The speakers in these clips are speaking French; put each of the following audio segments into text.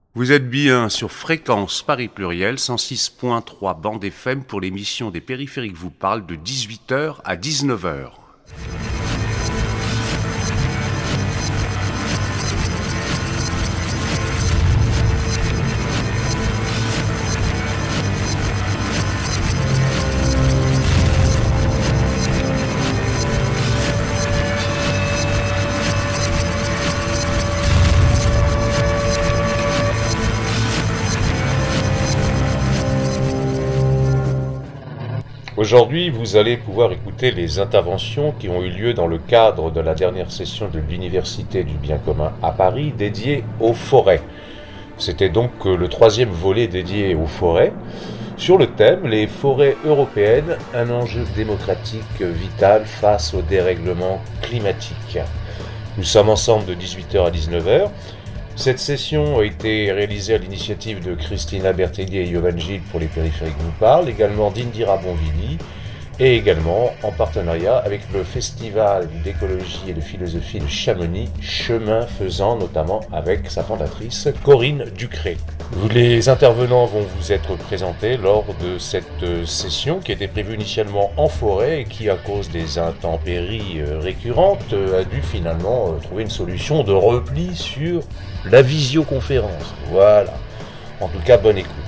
Vous êtes bien sur Fréquence Paris Pluriel, 106.3 bande FM pour l'émission des Périphériques vous parle de 18h à 19h. Aujourd'hui, vous allez pouvoir écouter les interventions qui ont eu lieu dans le cadre de la dernière session de l'Université du bien commun à Paris dédiée aux forêts. C'était donc le troisième volet dédié aux forêts, sur le thème « Les forêts européennes, un enjeu démocratique vital face au dérèglement climatique ». Nous sommes ensemble de 18h à 19h. Cette session a été réalisée à l'initiative de Christina Bertellier et Yovan Gilles pour les Périphériques vous parlent, également d'Indira Bonvili, et également en partenariat avec le Festival d'écologie et de philosophie de Chamonix, chemin faisant notamment avec sa fondatrice Corinne Ducré. Les intervenants vont vous être présentés lors de cette session qui était prévue initialement en forêt et qui, à cause des intempéries récurrentes, a dû finalement trouver une solution de repli sur la visioconférence. Voilà. En tout cas, bonne écoute.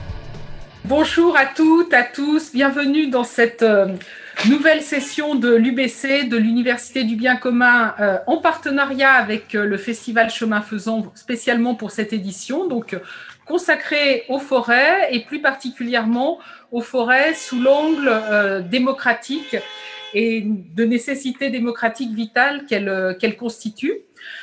Bonjour à toutes, à tous. Bienvenue dans cette nouvelle session de l'UBC, de l'Université du bien commun, en partenariat avec le Festival Chemin Faisant, spécialement pour cette édition, donc consacrée aux forêts et plus particulièrement aux forêts sous l'angle démocratique et de nécessité démocratique vitale qu'elle constitue.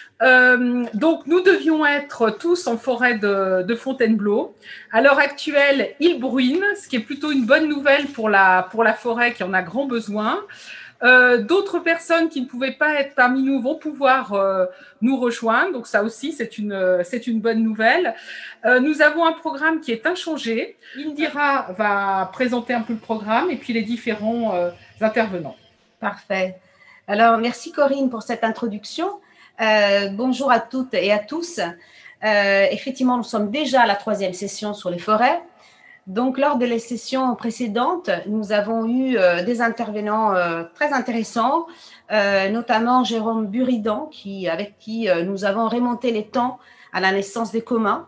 Donc, nous devions être tous en forêt de Fontainebleau. À l'heure actuelle, il bruine, ce qui est plutôt une bonne nouvelle pour la forêt qui en a grand besoin. D'autres personnes qui ne pouvaient pas être parmi nous vont pouvoir nous rejoindre. Donc, ça aussi, c'est une bonne nouvelle. Nous avons un programme qui est inchangé. Indira va présenter un peu le programme et puis les différents intervenants. Parfait. Alors, merci Corinne pour cette introduction. Bonjour à toutes et à tous. Effectivement, nous sommes déjà à la troisième session sur les forêts. Donc, lors de les sessions précédentes, nous avons eu des intervenants très intéressants, notamment Jérôme Buridan, avec qui nous avons remonté les temps à la naissance des communs.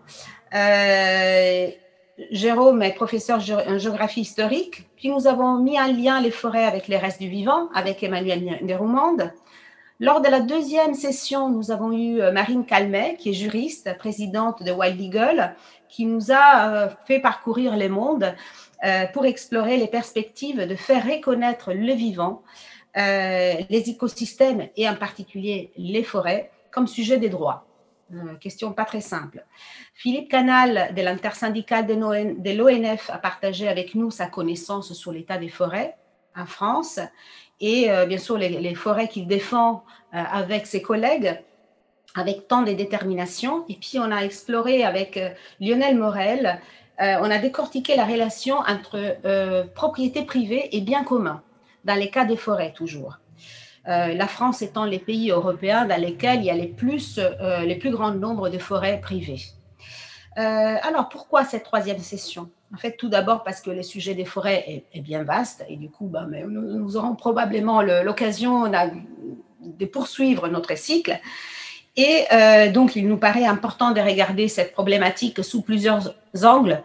Jérôme est professeur en géographie historique, puis nous avons mis en lien les forêts avec les restes du vivant, avec Emmanuel Desroumonde. Lors de la deuxième session, nous avons eu Marine Calmet, qui est juriste, présidente de Wild Eagle, qui nous a fait parcourir le monde pour explorer les perspectives de faire reconnaître le vivant, les écosystèmes et en particulier les forêts comme sujet des droits. Question pas très simple. Philippe Canal de l'intersyndicale de l'ONF a partagé avec nous sa connaissance sur l'état des forêts en France et bien sûr les forêts qu'il défend avec ses collègues avec tant de détermination. Et puis on a exploré avec Lionel Morel, on a décortiqué la relation entre propriété privée et bien commun dans les cas des forêts toujours. La France étant les pays européens dans lesquels il y a les plus grands nombres de forêts privées. Alors, pourquoi cette troisième session ? En fait, tout d'abord parce que le sujet des forêts est bien vaste et du coup, nous aurons probablement l'occasion de poursuivre notre cycle. Et donc, il nous paraît important de regarder cette problématique sous plusieurs angles.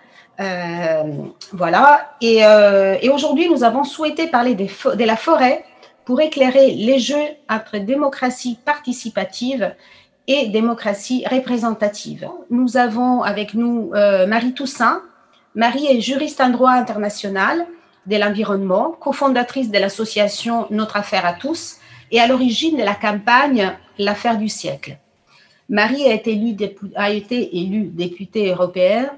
Voilà. Et aujourd'hui, nous avons souhaité parler de la forêt pour éclairer les jeux entre démocratie participative et démocratie représentative. Nous avons avec nous Marie Toussaint. Marie est juriste en droit international de l'environnement, cofondatrice de l'association Notre Affaire à tous et à l'origine de la campagne L'Affaire du siècle. Marie a été élue députée européenne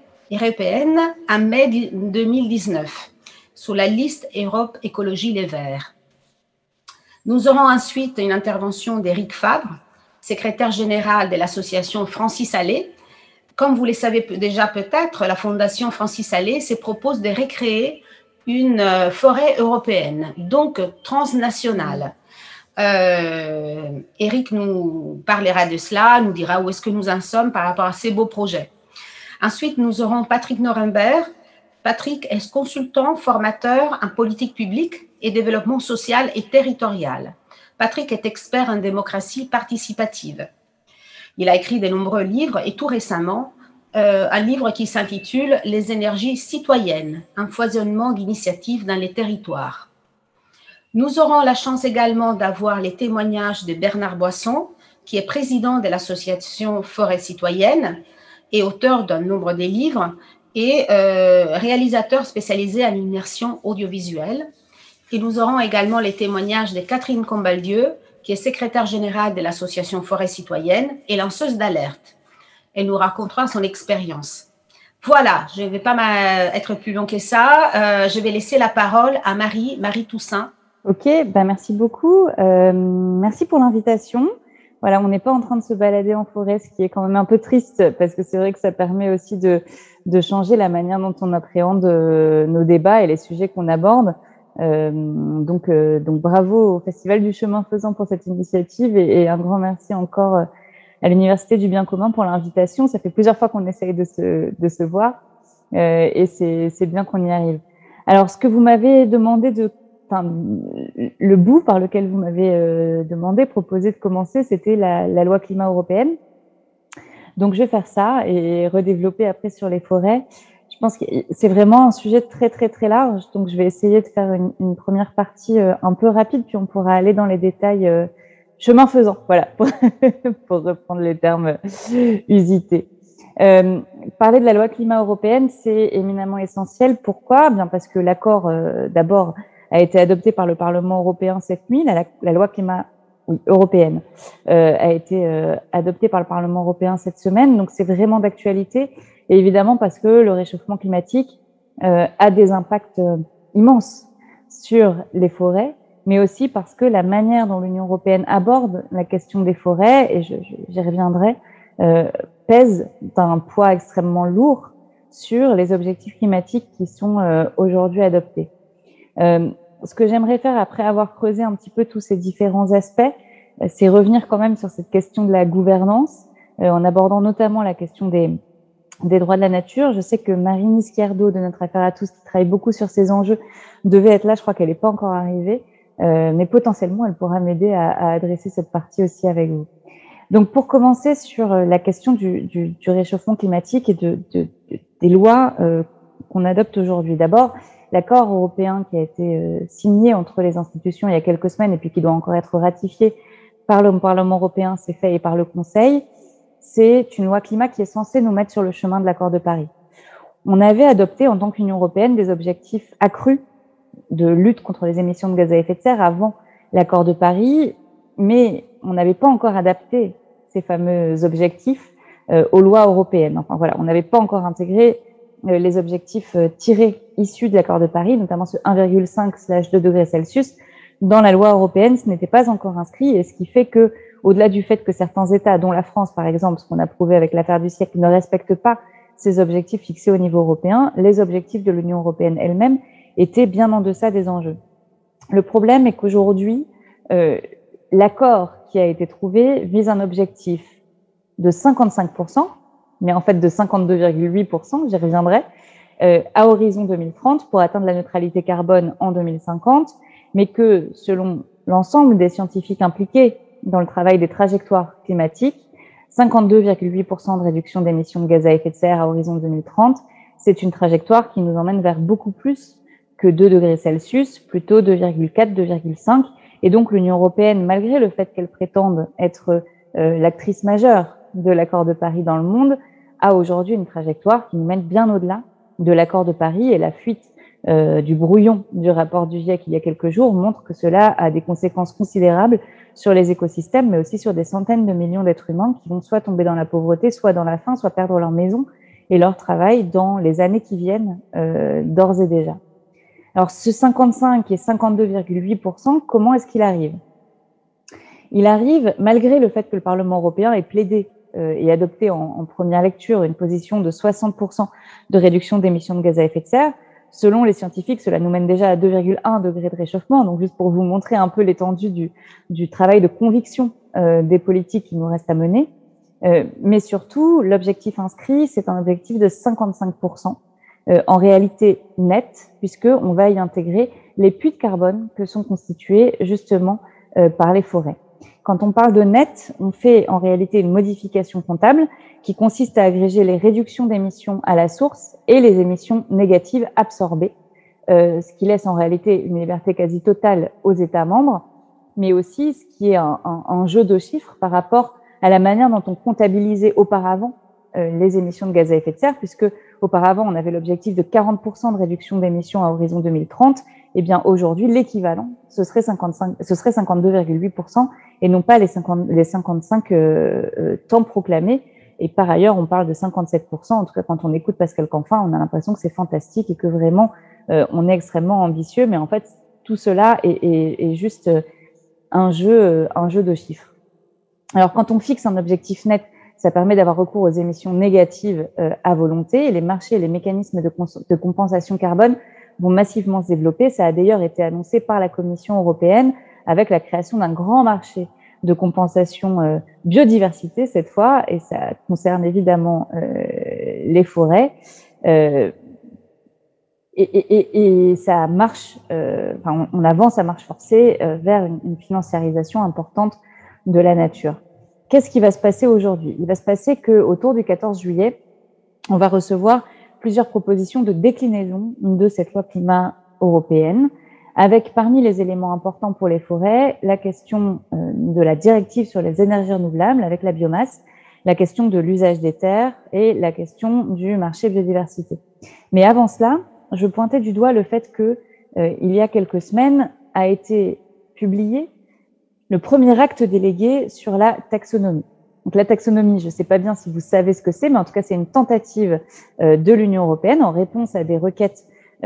en mai 2019 sur la liste Europe Écologie Les Verts. Nous aurons ensuite une intervention d'Éric Fabre, secrétaire général de l'association Francis Allais. Comme vous le savez déjà peut-être, la Fondation Francis Allais se propose de recréer une forêt européenne, donc transnationale. Eric nous parlera de cela, nous dira où est-ce que nous en sommes par rapport à ces beaux projets. Ensuite, nous aurons Patrick Nuremberg. Patrick est consultant, formateur en politique publique et développement social et territorial. Patrick est expert en démocratie participative. Il a écrit de nombreux livres et tout récemment, un livre qui s'intitule « Les énergies citoyennes, un foisonnement d'initiatives dans les territoires ». Nous aurons la chance également d'avoir les témoignages de Bernard Boisson, qui est président de l'association Forêt Citoyenne et auteur d'un nombre de livres et réalisateur spécialisé en immersion audiovisuelle. Et nous aurons également les témoignages de Catherine Combaldieu, qui est secrétaire générale de l'association Forêt Citoyenne et lanceuse d'alerte. Elle nous racontera son expérience. Voilà, je ne vais pas être plus long que ça. Je vais laisser la parole à Marie Toussaint. Ok, merci beaucoup. Merci pour l'invitation. Voilà, on n'est pas en train de se balader en forêt, ce qui est quand même un peu triste, parce que c'est vrai que ça permet aussi de changer la manière dont on appréhende nos débats et les sujets qu'on aborde. Donc bravo au Festival du Chemin Faisant pour cette initiative et un grand merci encore à l'Université du Bien Commun pour l'invitation. Ça fait plusieurs fois qu'on essaye de se voir et c'est bien qu'on y arrive. Alors, ce que vous m'avez demandé le bout par lequel vous m'avez proposé de commencer, c'était la loi climat européenne. Donc, je vais faire ça et redévelopper après sur les forêts. Je pense que c'est vraiment un sujet très, très, très large. Donc, je vais essayer de faire une première partie un peu rapide, puis on pourra aller dans les détails chemin faisant, voilà, pour reprendre les termes usités. Parler de la loi climat européenne, c'est éminemment essentiel. Pourquoi ? Bien parce que l'accord, d'abord, a été adopté par le Parlement européen cette nuit. La loi climat européenne a été adoptée par le Parlement européen cette semaine. Donc, c'est vraiment d'actualité. Et évidemment parce que le réchauffement climatique a des impacts immenses sur les forêts, mais aussi parce que la manière dont l'Union européenne aborde la question des forêts, et j'y reviendrai, pèse d'un poids extrêmement lourd sur les objectifs climatiques qui sont aujourd'hui adoptés. Ce que j'aimerais faire après avoir creusé un petit peu tous ces différents aspects, c'est revenir quand même sur cette question de la gouvernance, en abordant notamment la question des droits de la nature. Je sais que Marine Izquierdo de Notre Affaire à tous, qui travaille beaucoup sur ces enjeux, devait être là. Je crois qu'elle n'est pas encore arrivée, mais potentiellement, elle pourra m'aider à adresser cette partie aussi avec vous. Donc, pour commencer sur la question du réchauffement climatique et des lois qu'on adopte aujourd'hui. D'abord, l'accord européen qui a été signé entre les institutions il y a quelques semaines et puis qui doit encore être ratifié par le Parlement européen, c'est fait, et par le Conseil, c'est une loi climat qui est censée nous mettre sur le chemin de l'accord de Paris. On avait adopté en tant qu'Union européenne des objectifs accrus de lutte contre les émissions de gaz à effet de serre avant l'accord de Paris, mais on n'avait pas encore adapté ces fameux objectifs aux lois européennes. Enfin voilà, on n'avait pas encore intégré les objectifs issus de l'accord de Paris, notamment ce 1,5/2 degrés Celsius, dans la loi européenne. Ce n'était pas encore inscrit, et ce qui fait que, au-delà du fait que certains États, dont la France par exemple, ce qu'on a prouvé avec l'affaire du siècle, ne respectent pas ces objectifs fixés au niveau européen, les objectifs de l'Union européenne elle-même étaient bien en deçà des enjeux. Le problème est qu'aujourd'hui, l'accord qui a été trouvé vise un objectif de 55%, mais en fait de 52,8%, j'y reviendrai, à horizon 2030 pour atteindre la neutralité carbone en 2050, mais que selon l'ensemble des scientifiques impliqués dans le travail des trajectoires climatiques, 52,8% de réduction d'émissions de gaz à effet de serre à horizon 2030, c'est une trajectoire qui nous emmène vers beaucoup plus que 2 degrés Celsius, plutôt 2,4, 2,5. Et donc l'Union européenne, malgré le fait qu'elle prétende être l'actrice majeure de l'accord de Paris dans le monde, a aujourd'hui une trajectoire qui nous mène bien au-delà de l'accord de Paris, et la fuite du brouillon du rapport du GIEC il y a quelques jours montre que cela a des conséquences considérables sur les écosystèmes, mais aussi sur des centaines de millions d'êtres humains qui vont soit tomber dans la pauvreté, soit dans la faim, soit perdre leur maison et leur travail dans les années qui viennent d'ores et déjà. Alors ce 55 et 52,8%, comment est-ce qu'il arrive ? Il arrive malgré le fait que le Parlement européen ait plaidé et adopté en première lecture une position de 60% de réduction d'émissions de gaz à effet de serre. Selon les scientifiques, cela nous mène déjà à 2,1 degrés de réchauffement. Donc, juste pour vous montrer un peu l'étendue du travail de conviction des politiques qui nous reste à mener. Mais surtout, l'objectif inscrit, c'est un objectif de 55%, en réalité nette, puisqu'on va y intégrer les puits de carbone que sont constitués justement par les forêts. Quand on parle de net, on fait en réalité une modification comptable qui consiste à agréger les réductions d'émissions à la source et les émissions négatives absorbées, ce qui laisse en réalité une liberté quasi totale aux États membres, mais aussi ce qui est un jeu de chiffres par rapport à la manière dont on comptabilisait auparavant les émissions de gaz à effet de serre, puisque auparavant on avait l'objectif de 40% de réduction d'émissions à horizon 2030. Eh bien aujourd'hui, l'équivalent, ce serait 52,8% et non pas les 55 temps proclamés. Et par ailleurs, on parle de 57%. En tout cas, quand on écoute Pascal Canfin, on a l'impression que c'est fantastique et que vraiment, on est extrêmement ambitieux. Mais en fait, tout cela est juste un jeu de chiffres. Alors, quand on fixe un objectif net, ça permet d'avoir recours aux émissions négatives à volonté. Et les marchés et les mécanismes de compensation carbone vont massivement se développer. Ça a d'ailleurs été annoncé par la Commission européenne avec la création d'un grand marché de compensation biodiversité cette fois, et ça concerne évidemment les forêts. Et ça marche, on avance à marche forcée vers une financiarisation importante de la nature. Qu'est-ce qui va se passer aujourd'hui? Il va se passer qu'autour du 14 juillet, on va recevoir plusieurs propositions de déclinaison de cette loi climat européenne, avec parmi les éléments importants pour les forêts, la question de la directive sur les énergies renouvelables avec la biomasse, la question de l'usage des terres et la question du marché biodiversité. Mais avant cela, je pointais du doigt le fait que, il y a quelques semaines, a été publié le premier acte délégué sur la taxonomie. Donc la taxonomie, je ne sais pas bien si vous savez ce que c'est, mais en tout cas, c'est une tentative de l'Union européenne en réponse à des requêtes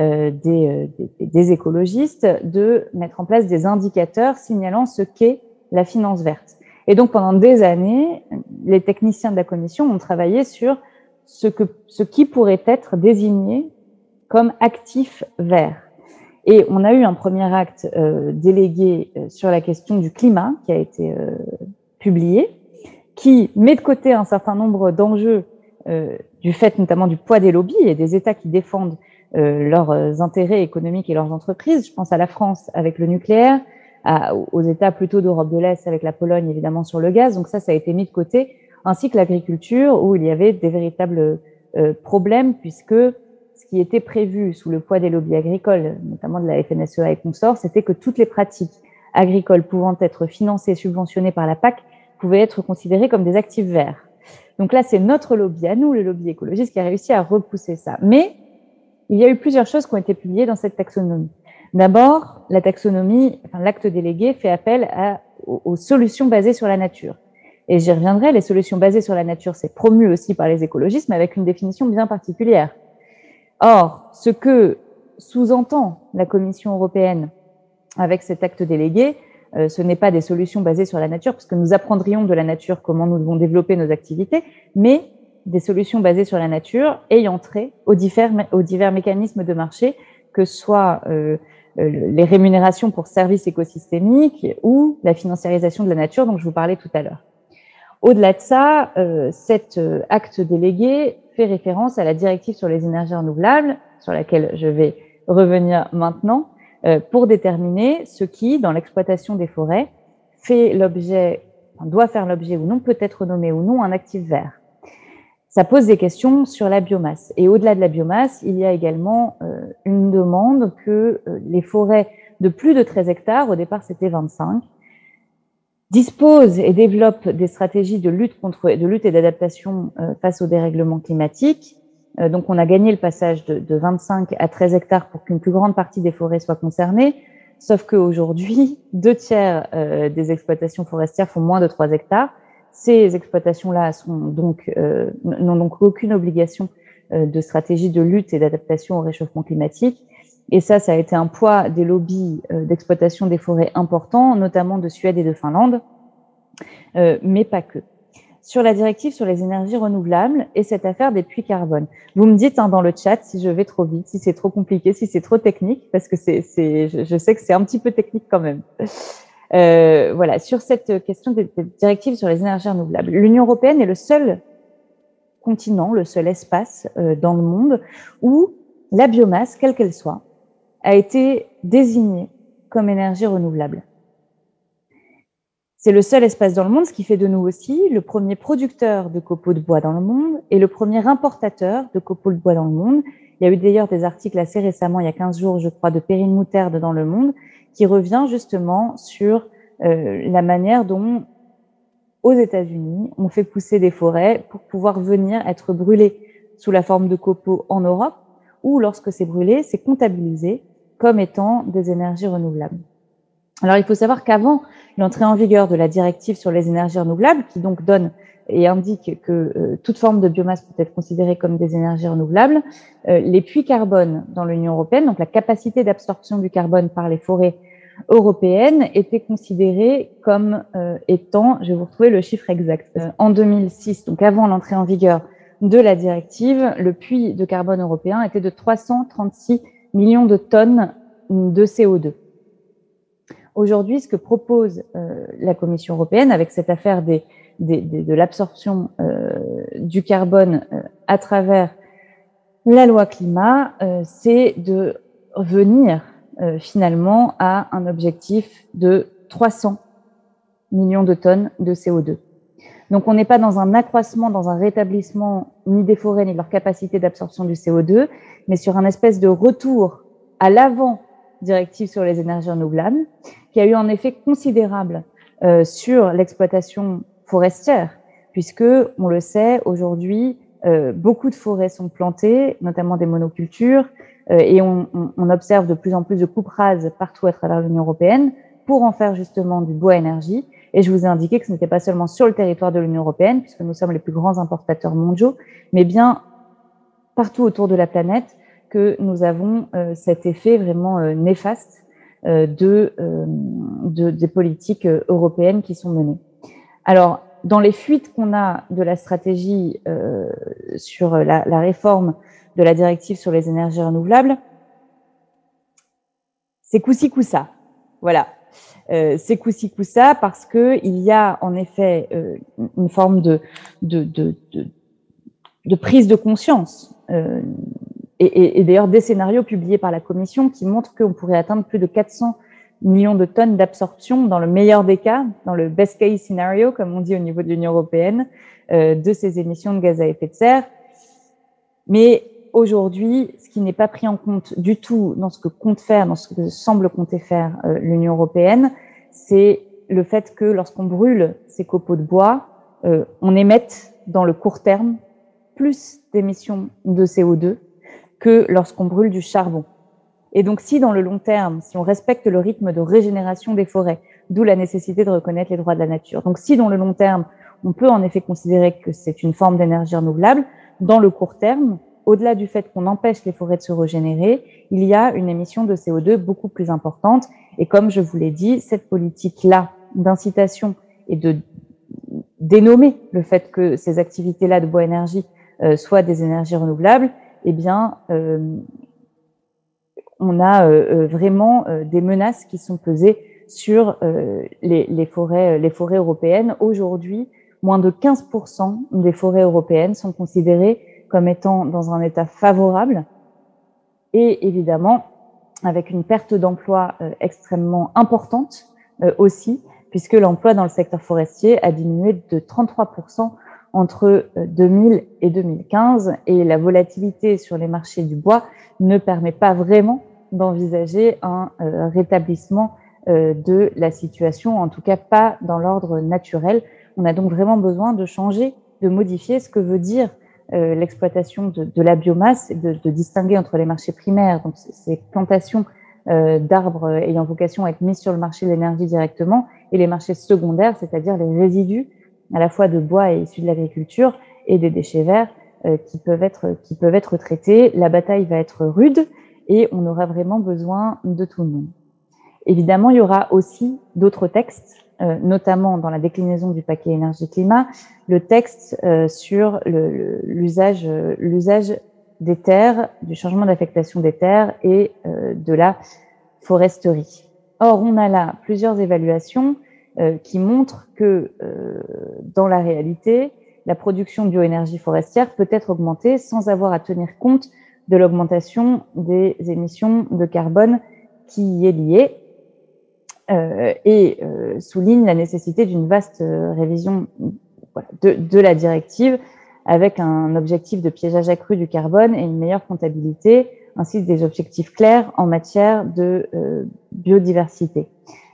des écologistes de mettre en place des indicateurs signalant ce qu'est la finance verte. Et donc, pendant des années, les techniciens de la Commission ont travaillé sur ce qui pourrait être désigné comme actif vert. Et on a eu un premier acte délégué sur la question du climat qui a été publié, qui met de côté un certain nombre d'enjeux du fait notamment du poids des lobbies et des États qui défendent leurs intérêts économiques et leurs entreprises. Je pense à la France avec le nucléaire, aux États plutôt d'Europe de l'Est avec la Pologne évidemment sur le gaz. Donc ça a été mis de côté, ainsi que l'agriculture où il y avait des véritables problèmes puisque ce qui était prévu sous le poids des lobbies agricoles, notamment de la FNSEA et consorts, c'était que toutes les pratiques agricoles pouvant être financées, subventionnées par la PAC, pouvaient être considérées comme des actifs verts. Donc là, c'est notre lobby, à nous, le lobby écologiste, qui a réussi à repousser ça. Mais il y a eu plusieurs choses qui ont été publiées dans cette taxonomie. D'abord, la taxonomie, l'acte délégué fait appel aux solutions basées sur la nature. Et j'y reviendrai, les solutions basées sur la nature, c'est promu aussi par les écologistes, mais avec une définition bien particulière. Or, ce que sous-entend la Commission européenne avec cet acte délégué, ce n'est pas des solutions basées sur la nature, parce que nous apprendrions de la nature comment nous devons développer nos activités, mais des solutions basées sur la nature ayant trait aux divers mécanismes de marché, que ce soit les rémunérations pour services écosystémiques ou la financiarisation de la nature dont je vous parlais tout à l'heure. Au-delà de ça, cet acte délégué fait référence à la directive sur les énergies renouvelables, sur laquelle je vais revenir maintenant, pour déterminer ce qui, dans l'exploitation des forêts, doit faire l'objet ou non, peut être nommé ou non un actif vert. Ça pose des questions sur la biomasse. Et au-delà de la biomasse, il y a également une demande que les forêts de plus de 13 hectares, au départ c'était 25, disposent et développent des stratégies de lutte et d'adaptation face au dérèglement climatique. Donc, on a gagné le passage de 25 à 13 hectares pour qu'une plus grande partie des forêts soit concernée. Sauf qu'aujourd'hui, 2/3 des exploitations forestières font moins de 3 hectares. Ces exploitations-là n'ont donc aucune obligation de stratégie de lutte et d'adaptation au réchauffement climatique. Et ça a été un poids des lobbies d'exploitation des forêts importants, notamment de Suède et de Finlande, mais pas que. Sur la directive sur les énergies renouvelables et cette affaire des puits carbone. Vous me dites dans le chat si je vais trop vite, si c'est trop compliqué, si c'est trop technique, parce que je sais que c'est un petit peu technique quand même. Voilà, sur cette question des directives sur les énergies renouvelables. L'Union européenne est le seul continent, le seul espace dans le monde où la biomasse, quelle qu'elle soit, a été désignée comme énergie renouvelable. C'est le seul espace dans le monde, ce qui fait de nous aussi le premier producteur de copeaux de bois dans le monde et le premier importateur de copeaux de bois dans le monde. Il y a eu d'ailleurs des articles assez récemment, il y a 15 jours, je crois, de Perrine Moutarde dans Le Monde, qui revient justement sur la manière dont, aux États-Unis, on fait pousser des forêts pour pouvoir venir être brûlées sous la forme de copeaux en Europe, ou lorsque c'est brûlé, c'est comptabilisé comme étant des énergies renouvelables. Alors, il faut savoir qu'avant l'entrée en vigueur de la directive sur les énergies renouvelables, qui donc donne et indique que toute forme de biomasse peut être considérée comme des énergies renouvelables, les puits carbone dans l'Union européenne, donc la capacité d'absorption du carbone par les forêts européennes, était considérée comme étant, je vais vous retrouver le chiffre exact, en 2006, donc avant l'entrée en vigueur de la directive, le puits de carbone européen était de 336 millions de tonnes de CO2. Aujourd'hui, ce que propose la Commission européenne avec cette affaire de l'absorption du carbone à travers la loi climat, c'est de revenir finalement à un objectif de 300 millions de tonnes de CO2. Donc, on n'est pas dans un accroissement, dans un rétablissement ni des forêts ni de leur capacité d'absorption du CO2, mais sur un espèce de retour à l'avant directive sur les énergies renouvelables, qui a eu un effet considérable sur l'exploitation forestière, puisque, on le sait, aujourd'hui, beaucoup de forêts sont plantées, notamment des monocultures, et on observe de plus en plus de coupes rases partout à travers l'Union européenne pour en faire justement du bois énergie. Et je vous ai indiqué que ce n'était pas seulement sur le territoire de l'Union européenne, puisque nous sommes les plus grands importateurs mondiaux, mais bien partout autour de la planète, que nous avons cet effet vraiment néfaste des politiques européennes qui sont menées. Alors, dans les fuites qu'on a de la stratégie sur la réforme de la directive sur les énergies renouvelables, c'est coup-ci, coup-ça. Voilà. C'est coup-ci, coup-ça parce qu'il y a en effet une forme de prise de conscience et d'ailleurs des scénarios publiés par la Commission qui montrent qu'on pourrait atteindre plus de 400 millions de tonnes d'absorption dans le meilleur des cas, dans le best case scenario, comme on dit au niveau de l'Union européenne, de ces émissions de gaz à effet de serre. Mais aujourd'hui, ce qui n'est pas pris en compte du tout dans ce que compte faire, dans ce que semble compter faire l'Union européenne, c'est le fait que lorsqu'on brûle ces copeaux de bois, on émette dans le court terme plus d'émissions de CO2 que lorsqu'on brûle du charbon. Et donc, si dans le long terme, si on respecte le rythme de régénération des forêts, d'où la nécessité de reconnaître les droits de la nature, donc si dans le long terme, on peut en effet considérer que c'est une forme d'énergie renouvelable, dans le court terme, au-delà du fait qu'on empêche les forêts de se régénérer, il y a une émission de CO2 beaucoup plus importante. Et comme je vous l'ai dit, cette politique-là d'incitation et de dénommer le fait que ces activités-là de bois énergie soient des énergies renouvelables, eh bien, on a vraiment des menaces qui sont pesées sur les forêts européennes. Aujourd'hui, moins de 15% des forêts européennes sont considérées comme étant dans un état favorable et évidemment avec une perte d'emploi extrêmement importante aussi, puisque l'emploi dans le secteur forestier a diminué de 33% entre 2000 et 2015 et la volatilité sur les marchés du bois ne permet pas vraiment d'envisager un rétablissement de la situation, en tout cas pas dans l'ordre naturel. On a donc vraiment besoin de changer, de modifier ce que veut dire l'exploitation de la biomasse, de distinguer entre les marchés primaires, donc ces plantations d'arbres ayant vocation à être mises sur le marché de l'énergie directement, et les marchés secondaires, c'est-à-dire les résidus à la fois de bois et issus de l'agriculture et des déchets verts qui peuvent être traités. La bataille va être rude et on aura vraiment besoin de tout le monde. Évidemment, il y aura aussi d'autres textes, notamment dans la déclinaison du paquet énergie-climat, le texte sur l'usage des terres, du changement d'affectation des terres et de la foresterie. Or, on a là plusieurs évaluations qui montrent que dans la réalité, la production de bioénergie forestière peut être augmentée sans avoir à tenir compte de l'augmentation des émissions de carbone qui y est liée et souligne la nécessité d'une vaste révision de la directive avec un objectif de piégeage accru du carbone et une meilleure comptabilité, ainsi que des objectifs clairs en matière de biodiversité.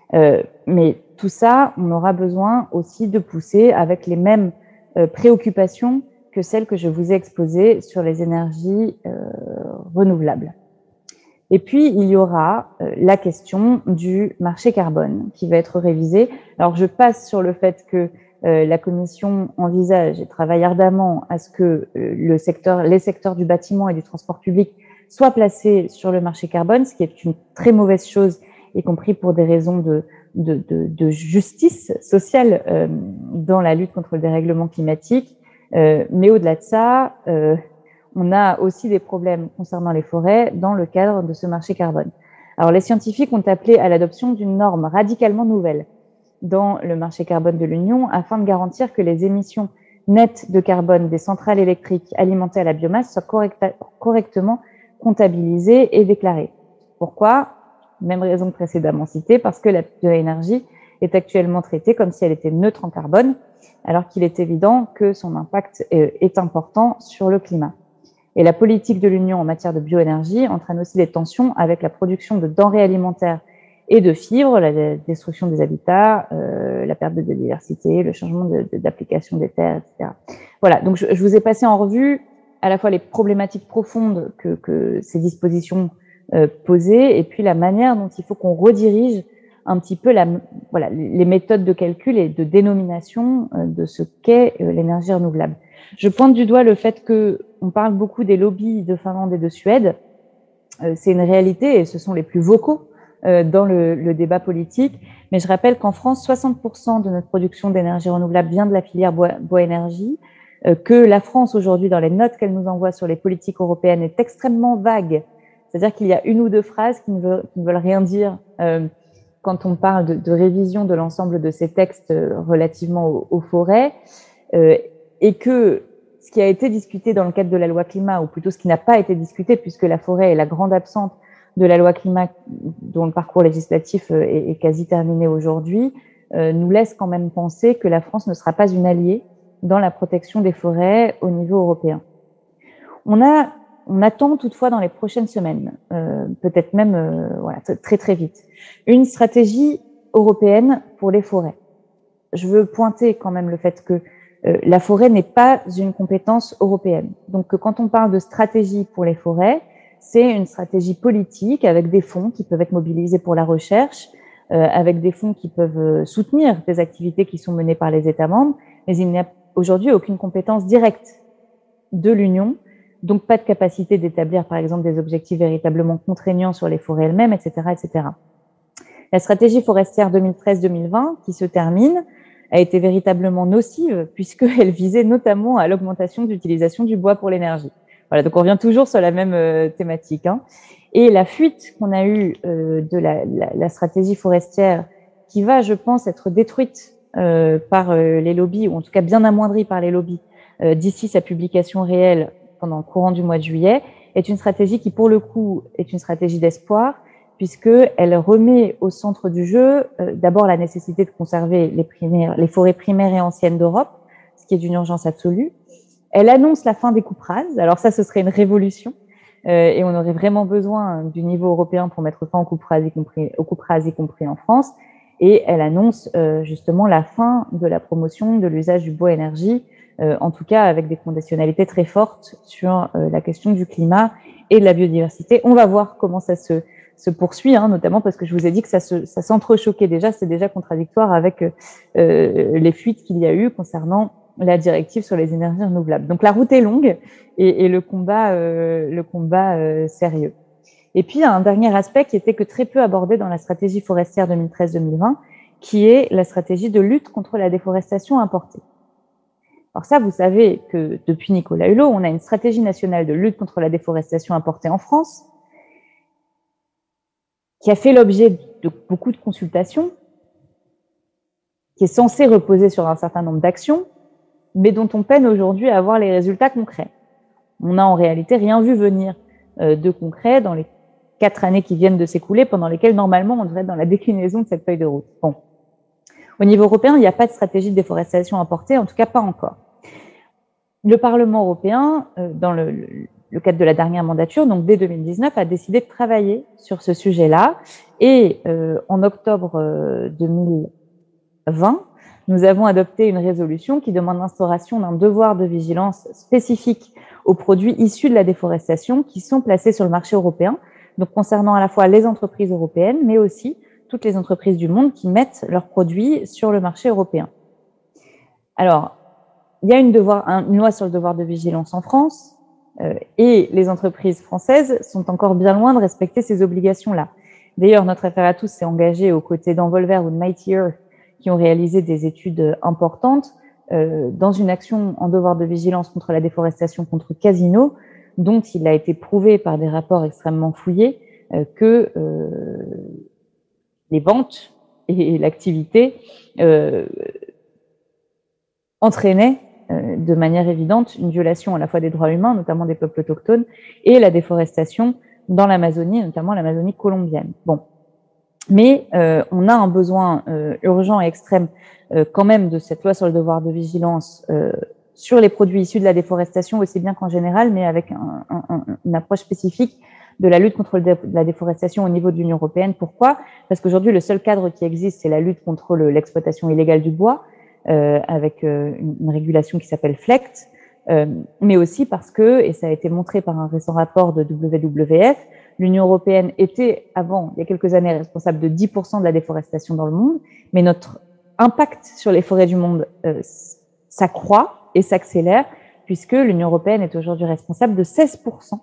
Mais tout ça, on aura besoin aussi de pousser avec les mêmes préoccupations que celles que je vous ai exposées sur les énergies renouvelables. Et puis, il y aura la question du marché carbone qui va être révisé. Alors, je passe sur le fait que la Commission envisage et travaille ardemment à ce que les secteurs du bâtiment et du transport public soient placés sur le marché carbone, ce qui est une très mauvaise chose, y compris pour des raisons de justice sociale dans la lutte contre le dérèglement climatique. Mais au-delà de ça, on a aussi des problèmes concernant les forêts dans le cadre de ce marché carbone. Alors, les scientifiques ont appelé à l'adoption d'une norme radicalement nouvelle dans le marché carbone de l'Union afin de garantir que les émissions nettes de carbone des centrales électriques alimentées à la biomasse soient correctement comptabilisées et déclarées. Pourquoi ? Même raison que précédemment citée, parce que la bioénergie est actuellement traitée comme si elle était neutre en carbone, alors qu'il est évident que son impact est important sur le climat. Et la politique de l'Union en matière de bioénergie entraîne aussi des tensions avec la production de denrées alimentaires et de fibres, la destruction des habitats, la perte de biodiversité, le changement d'application des terres, etc. Voilà, donc je vous ai passé en revue à la fois les problématiques profondes que ces dispositions posaient et puis la manière dont il faut qu'on redirige un petit peu les méthodes de calcul et de dénomination de ce qu'est l'énergie renouvelable. Je pointe du doigt le fait qu'on parle beaucoup des lobbies de Finlande et de Suède. C'est une réalité et ce sont les plus vocaux dans le débat politique. Mais je rappelle qu'en France, 60% de notre production d'énergie renouvelable vient de la filière bois-énergie, que la France aujourd'hui, dans les notes qu'elle nous envoie sur les politiques européennes, est extrêmement vague. C'est-à-dire qu'il y a une ou deux phrases qui ne veulent rien dire quand on parle de révision de l'ensemble de ces textes relativement aux forêts, et que ce qui a été discuté dans le cadre de la loi climat, ou plutôt ce qui n'a pas été discuté, puisque la forêt est la grande absente de la loi climat dont le parcours législatif est quasi terminé aujourd'hui, nous laisse quand même penser que la France ne sera pas une alliée dans la protection des forêts au niveau européen. On attend toutefois dans les prochaines semaines, peut-être même très très vite, une stratégie européenne pour les forêts. Je veux pointer quand même le fait que la forêt n'est pas une compétence européenne. Donc quand on parle de stratégie pour les forêts, c'est une stratégie politique avec des fonds qui peuvent être mobilisés pour la recherche, avec des fonds qui peuvent soutenir des activités qui sont menées par les États membres, mais il n'y a aujourd'hui aucune compétence directe de l'Union, donc pas de capacité d'établir par exemple des objectifs véritablement contraignants sur les forêts elles-mêmes, etc., etc. La stratégie forestière 2013-2020, qui se termine, a été véritablement nocive puisqu'elle visait notamment à l'augmentation de l'utilisation du bois pour l'énergie. Voilà, donc on revient toujours sur la même thématique. Et la fuite qu'on a eue de la stratégie forestière, qui va, je pense, être détruite par les lobbies, ou en tout cas bien amoindrie par les lobbies, d'ici sa publication réelle pendant le courant du mois de juillet, est une stratégie qui, pour le coup, est une stratégie d'espoir, puisqu'elle remet au centre du jeu d'abord la nécessité de conserver les forêts primaires et anciennes d'Europe, ce qui est d'une urgence absolue. Elle annonce la fin des coupes rases. Alors ça, ce serait une révolution, et on aurait vraiment besoin du niveau européen pour mettre fin aux coupes rases, y compris en France. Et elle annonce justement la fin de la promotion de l'usage du bois énergie, en tout cas avec des conditionnalités très fortes sur la question du climat et de la biodiversité. On va voir comment ça se poursuit, notamment parce que je vous ai dit que ça s'entrechoquait déjà, c'est déjà contradictoire avec les fuites qu'il y a eu concernant la directive sur les énergies renouvelables. Donc la route est longue et le combat sérieux. Et puis un dernier aspect qui était que très peu abordé dans la stratégie forestière 2013-2020, qui est la stratégie de lutte contre la déforestation importée. Alors ça, vous savez que depuis Nicolas Hulot, on a une stratégie nationale de lutte contre la déforestation importée en France. qui a fait l'objet de beaucoup de consultations, qui est censé reposer sur un certain nombre d'actions, mais dont on peine aujourd'hui à avoir les résultats concrets. On n'a en réalité rien vu venir de concret dans les 4 années qui viennent de s'écouler, pendant lesquelles normalement on devrait être dans la déclinaison de cette feuille de route. Bon. Au niveau européen, il n'y a pas de stratégie de déforestation à porter, en tout cas pas encore. Le Parlement européen, dans le cadre de la dernière mandature, donc dès 2019, a décidé de travailler sur ce sujet-là. Et en octobre 2020, nous avons adopté une résolution qui demande l'instauration d'un devoir de vigilance spécifique aux produits issus de la déforestation qui sont placés sur le marché européen, donc concernant à la fois les entreprises européennes, mais aussi toutes les entreprises du monde qui mettent leurs produits sur le marché européen. Alors, il y a une loi sur le devoir de vigilance en France, et les entreprises françaises sont encore bien loin de respecter ces obligations-là. D'ailleurs, notre affaire à tous s'est engagée aux côtés d'Envolver ou de Mighty Earth, qui ont réalisé des études importantes dans une action en devoir de vigilance contre la déforestation contre Casino, dont il a été prouvé par des rapports extrêmement fouillés que les ventes et l'activité entraînaient de manière évidente une violation à la fois des droits humains, notamment des peuples autochtones, et la déforestation dans l'Amazonie, notamment l'Amazonie colombienne. Bon. Mais on a un besoin urgent et extrême quand même de cette loi sur le devoir de vigilance sur les produits issus de la déforestation, aussi bien qu'en général, mais avec une approche spécifique de la lutte contre la déforestation au niveau de l'Union européenne. Pourquoi ? Parce qu'aujourd'hui, le seul cadre qui existe, c'est la lutte contre l'exploitation illégale du bois, avec une régulation qui s'appelle FLECT, mais aussi parce que, et ça a été montré par un récent rapport de WWF, l'Union européenne était avant, il y a quelques années, responsable de 10% de la déforestation dans le monde, mais notre impact sur les forêts du monde s'accroît et s'accélère, puisque l'Union européenne est aujourd'hui responsable de 16%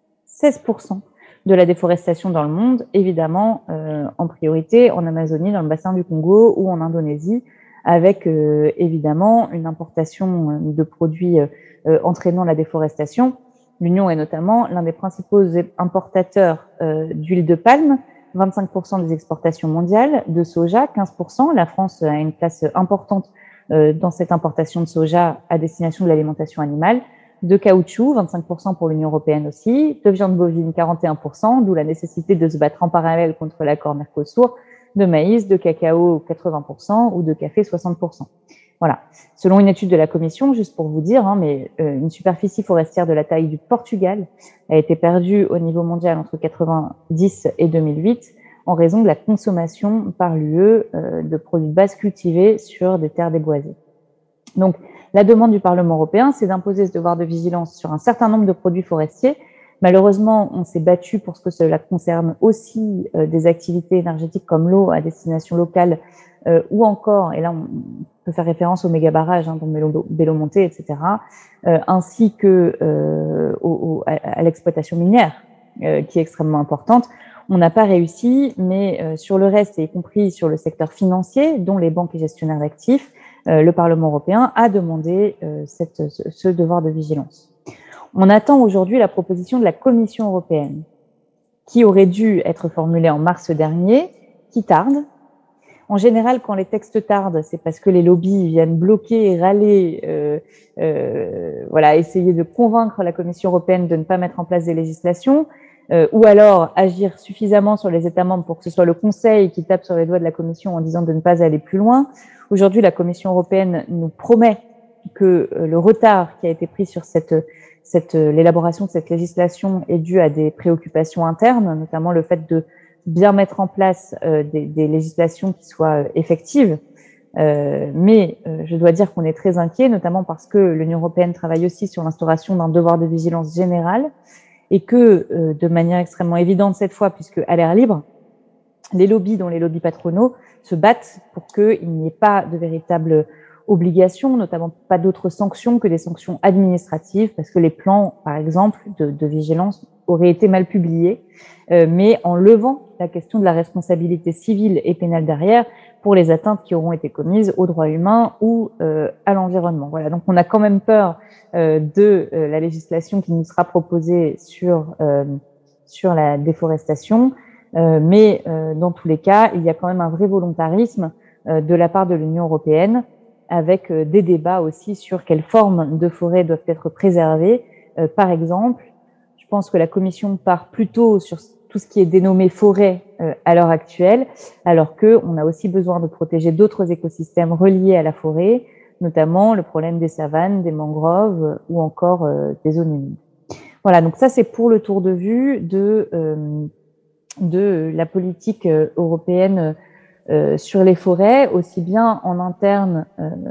de la déforestation dans le monde, évidemment en priorité en Amazonie, dans le bassin du Congo ou en Indonésie, avec évidemment une importation de produits entraînant la déforestation. L'Union est notamment l'un des principaux importateurs d'huile de palme, 25% des exportations mondiales, de soja, 15%. La France a une place importante dans cette importation de soja à destination de l'alimentation animale, de caoutchouc, 25% pour l'Union européenne aussi, de viande bovine, 41%, d'où la nécessité de se battre en parallèle contre l'accord Mercosur, de maïs, de cacao, 80% ou de café, 60%. Voilà. Selon une étude de la Commission, juste pour vous dire, une superficie forestière de la taille du Portugal a été perdue au niveau mondial entre 1990 et 2008 en raison de la consommation par l'UE de produits de base cultivés sur des terres déboisées. Donc, la demande du Parlement européen, c'est d'imposer ce devoir de vigilance sur un certain nombre de produits forestiers. Malheureusement, on s'est battu pour ce que cela concerne aussi des activités énergétiques comme l'eau à destination locale ou encore, et là on peut faire référence aux méga-barrages, dont Bellomonte, etc., ainsi que à l'exploitation minière, qui est extrêmement importante. On n'a pas réussi, mais sur le reste, y compris sur le secteur financier, dont les banques et gestionnaires d'actifs, le Parlement européen a demandé ce devoir de vigilance. On attend aujourd'hui la proposition de la Commission européenne, qui aurait dû être formulée en mars dernier, qui tarde. En général, quand les textes tardent, c'est parce que les lobbies viennent bloquer, râler, essayer de convaincre la Commission européenne de ne pas mettre en place des législations, ou alors agir suffisamment sur les États membres pour que ce soit le Conseil qui tape sur les doigts de la Commission en disant de ne pas aller plus loin. Aujourd'hui, la Commission européenne nous promet que le retard qui a été pris sur l'élaboration de cette législation est dû à des préoccupations internes, notamment le fait de bien mettre en place des législations qui soient effectives. Mais je dois dire qu'on est très inquiet, notamment parce que l'Union européenne travaille aussi sur l'instauration d'un devoir de vigilance général et que, de manière extrêmement évidente cette fois, puisque à l'air libre, les lobbies, dont les lobbies patronaux, se battent pour qu'il n'y ait pas de véritable obligations, notamment pas d'autres sanctions que des sanctions administratives, parce que les plans, par exemple, de vigilance auraient été mal publiés, mais en levant la question de la responsabilité civile et pénale derrière pour les atteintes qui auront été commises aux droits humains ou à l'environnement. Voilà, donc on a quand même peur de la législation qui nous sera proposée sur la déforestation. Mais dans tous les cas, il y a quand même un vrai volontarisme de la part de l'Union européenne, avec des débats aussi sur quelles formes de forêts doivent être préservées. Par exemple, je pense que la Commission part plutôt sur tout ce qui est dénommé forêt à l'heure actuelle, alors qu'on a aussi besoin de protéger d'autres écosystèmes reliés à la forêt, notamment le problème des savanes, des mangroves ou encore des zones humides. Voilà, donc ça c'est pour le tour de vue de la politique européenne sur les forêts, aussi bien en interne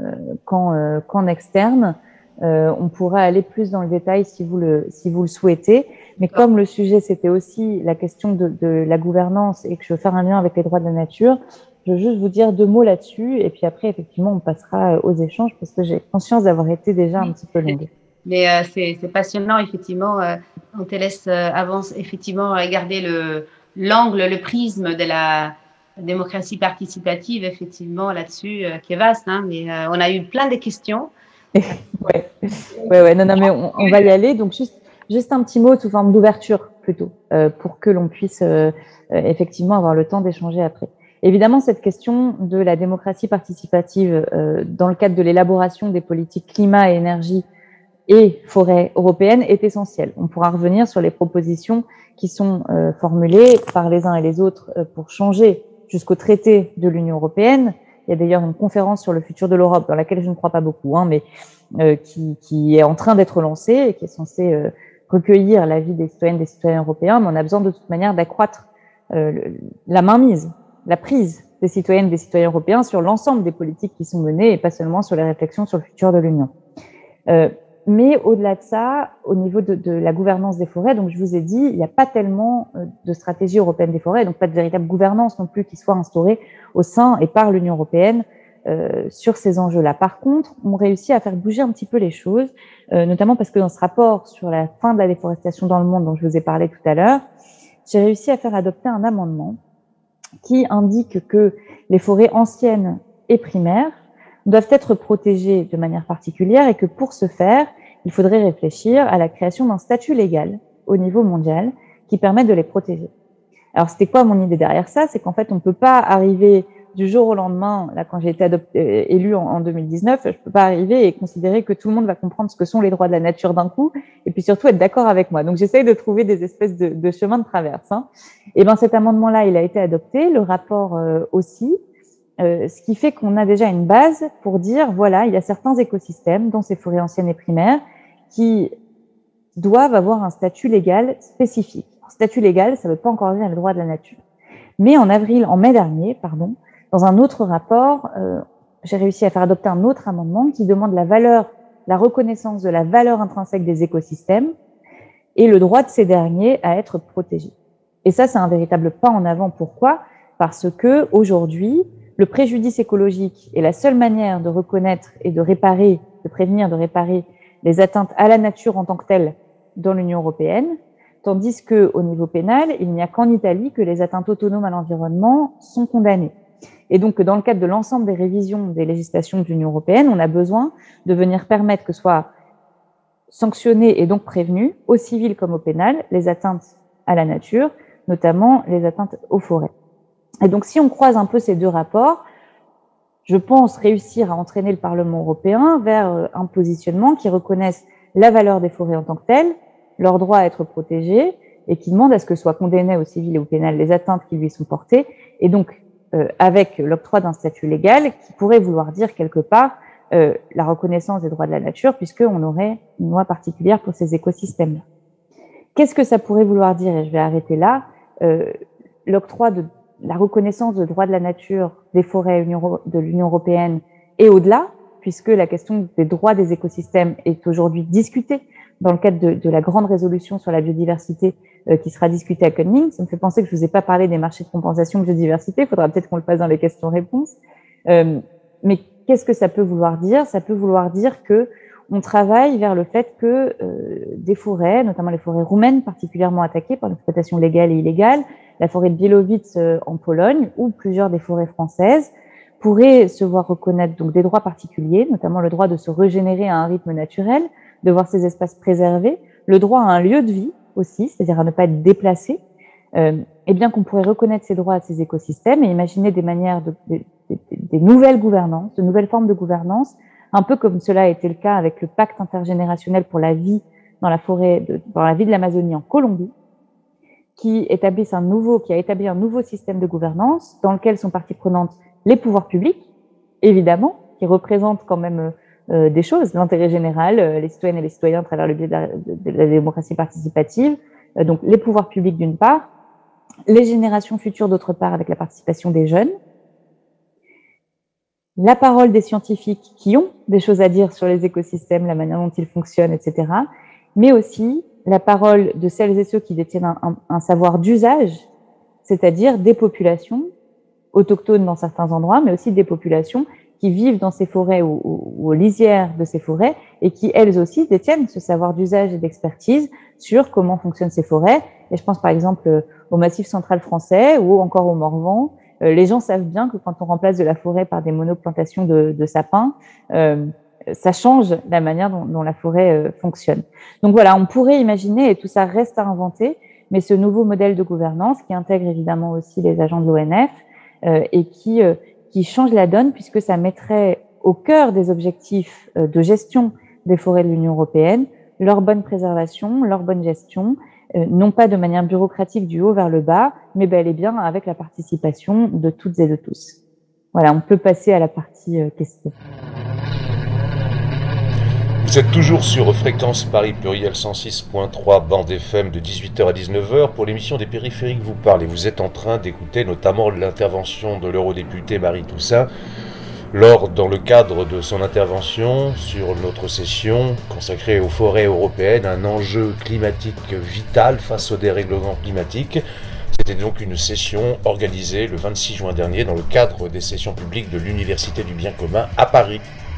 qu'en externe. On pourra aller plus dans le détail si vous le souhaitez. Mais comme le sujet, c'était aussi la question de la gouvernance et que je veux faire un lien avec les droits de la nature, je veux juste vous dire 2 mots là-dessus. Et puis après, effectivement, on passera aux échanges parce que j'ai conscience d'avoir été déjà un petit peu longue. Mais c'est passionnant, effectivement. On te laisse effectivement regarder l'angle, le prisme de la démocratie participative, effectivement, là-dessus, qui est vaste. Hein, mais on a eu plein de questions. Ouais. Non, mais on va y aller. Donc, juste un petit mot sous forme d'ouverture, plutôt, pour que l'on puisse effectivement avoir le temps d'échanger après. Évidemment, cette question de la démocratie participative dans le cadre de l'élaboration des politiques climat et énergie et forêt européenne est essentielle. On pourra revenir sur les propositions qui sont formulées par les uns et les autres pour changer jusqu'au traité de l'Union européenne. Il y a d'ailleurs une conférence sur le futur de l'Europe dans laquelle je ne crois pas beaucoup, mais qui est en train d'être lancée et qui est censée recueillir l'avis des citoyennes et des citoyens européens. Mais on a besoin de toute manière d'accroître la mainmise, la prise des citoyennes et des citoyens européens sur l'ensemble des politiques qui sont menées et pas seulement sur les réflexions sur le futur de l'Union. Mais au-delà de ça, au niveau de la gouvernance des forêts, donc je vous ai dit, il n'y a pas tellement de stratégie européenne des forêts, donc pas de véritable gouvernance non plus qui soit instaurée au sein et par l'Union européenne sur ces enjeux-là. Par contre, on réussit à faire bouger un petit peu les choses, notamment parce que dans ce rapport sur la fin de la déforestation dans le monde dont je vous ai parlé tout à l'heure, j'ai réussi à faire adopter un amendement qui indique que les forêts anciennes et primaires doivent être protégées de manière particulière et que pour ce faire, il faudrait réfléchir à la création d'un statut légal au niveau mondial qui permette de les protéger. Alors, c'était quoi mon idée derrière ça? C'est qu'en fait, on ne peut pas arriver du jour au lendemain, là, quand j'ai été élue en 2019, je ne peux pas arriver et considérer que tout le monde va comprendre ce que sont les droits de la nature d'un coup et puis surtout être d'accord avec moi. Donc, j'essaye de trouver des espèces de chemins de traverse. Et bien, cet amendement-là, il a été adopté, le rapport aussi. Ce qui fait qu'on a déjà une base pour dire, voilà, il y a certains écosystèmes, dont ces forêts anciennes et primaires, qui doivent avoir un statut légal spécifique. Un statut légal, ça ne veut pas encore dire le droit de la nature. Mais en mai dernier, dans un autre rapport, j'ai réussi à faire adopter un autre amendement qui demande la reconnaissance de la valeur intrinsèque des écosystèmes et le droit de ces derniers à être protégés. Et ça, c'est un véritable pas en avant. Pourquoi? Parce que aujourd'hui, le préjudice écologique est la seule manière de reconnaître et de réparer, de prévenir, de réparer les atteintes à la nature en tant que telles dans l'Union européenne, tandis qu'au niveau pénal, il n'y a qu'en Italie que les atteintes autonomes à l'environnement sont condamnées. Et donc, dans le cadre de l'ensemble des révisions des législations de l'Union européenne, on a besoin de venir permettre que soient sanctionnées et donc prévenues, au civil comme au pénal, les atteintes à la nature, notamment les atteintes aux forêts. Et donc, si on croise un peu ces 2 rapports, je pense réussir à entraîner le Parlement européen vers un positionnement qui reconnaisse la valeur des forêts en tant que telles, leur droit à être protégés, et qui demande à ce que soient condamnées au civil et au pénal les atteintes qui lui sont portées, et donc avec l'octroi d'un statut légal qui pourrait vouloir dire quelque part la reconnaissance des droits de la nature, puisqu'on aurait une loi particulière pour ces écosystèmes-là. Qu'est-ce que ça pourrait vouloir dire? Et je vais arrêter là. L'octroi de la reconnaissance de droits de la nature des forêts de l'Union européenne et au-delà, puisque la question des droits des écosystèmes est aujourd'hui discutée dans le cadre de la grande résolution sur la biodiversité qui sera discutée à Kunming. Ça me fait penser que je ne vous ai pas parlé des marchés de compensation de biodiversité. Il faudra peut-être qu'on le fasse dans les questions-réponses. Mais qu'est-ce que ça peut vouloir dire? Ça peut vouloir dire que on travaille vers le fait que des forêts, notamment les forêts roumaines particulièrement attaquées par l'exploitation légale et illégale, la forêt de Bielowice en Pologne ou plusieurs des forêts françaises, pourraient se voir reconnaître donc des droits particuliers, notamment le droit de se régénérer à un rythme naturel, de voir ces espaces préservés, le droit à un lieu de vie aussi, c'est-à-dire à ne pas être déplacé, eh bien qu'on pourrait reconnaître ces droits à ces écosystèmes et imaginer des manières des nouvelles gouvernances, de nouvelles formes de gouvernance, un peu comme cela a été le cas avec le pacte intergénérationnel pour la vie dans la forêt, dans la vie de l'Amazonie en Colombie, qui a établi un nouveau système de gouvernance dans lequel sont partie prenante les pouvoirs publics, évidemment, qui représentent quand même des choses, l'intérêt général, les citoyennes et les citoyens à travers le biais de la démocratie participative, donc les pouvoirs publics d'une part, les générations futures d'autre part avec la participation des jeunes, la parole des scientifiques qui ont des choses à dire sur les écosystèmes, la manière dont ils fonctionnent, etc., mais aussi la parole de celles et ceux qui détiennent un savoir d'usage, c'est-à-dire des populations autochtones dans certains endroits, mais aussi des populations qui vivent dans ces forêts ou aux lisières de ces forêts et qui, elles aussi, détiennent ce savoir d'usage et d'expertise sur comment fonctionnent ces forêts. Et je pense par exemple au Massif central français ou encore au Morvan. Les gens savent bien que quand on remplace de la forêt par des monoplantations de sapins, ça change la manière dont la forêt fonctionne. Donc voilà, on pourrait imaginer, et tout ça reste à inventer, mais ce nouveau modèle de gouvernance qui intègre évidemment aussi les agents de l'ONF et qui change la donne puisque ça mettrait au cœur des objectifs de gestion des forêts de l'Union européenne leur bonne préservation, leur bonne gestion, non pas de manière bureaucratique du haut vers le bas, mais bel et bien avec la participation de toutes et de tous. Voilà, on peut passer à la partie question. Vous êtes toujours sur Fréquence Paris Pluriel 106.3 bande FM de 18h à 19h pour l'émission des périphériques vous parle. Et vous êtes en train d'écouter notamment l'intervention de l'eurodéputée Marie Toussaint dans le cadre de son intervention sur notre session consacrée aux forêts européennes, un enjeu climatique vital face au dérèglement climatique. C'était donc une session organisée le 26 juin dernier dans le cadre des sessions publiques de l'Université du Bien commun à Paris.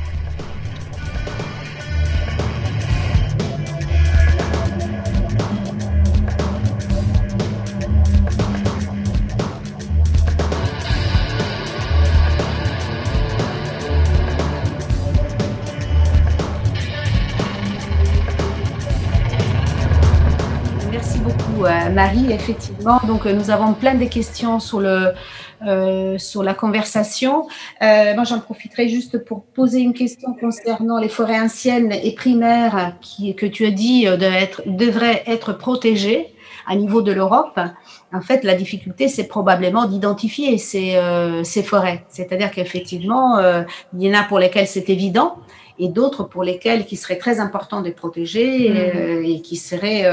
Marie, effectivement, donc nous avons plein de questions sur la conversation. Moi, j'en profiterai juste pour poser une question concernant les forêts anciennes et primaires que tu as dit devraient être protégées à niveau de l'Europe. En fait, la difficulté, c'est probablement d'identifier ces forêts. C'est-à-dire qu'effectivement, il y en a pour lesquelles c'est évident, et d'autres pour lesquels qui serait très important de protéger et qui serait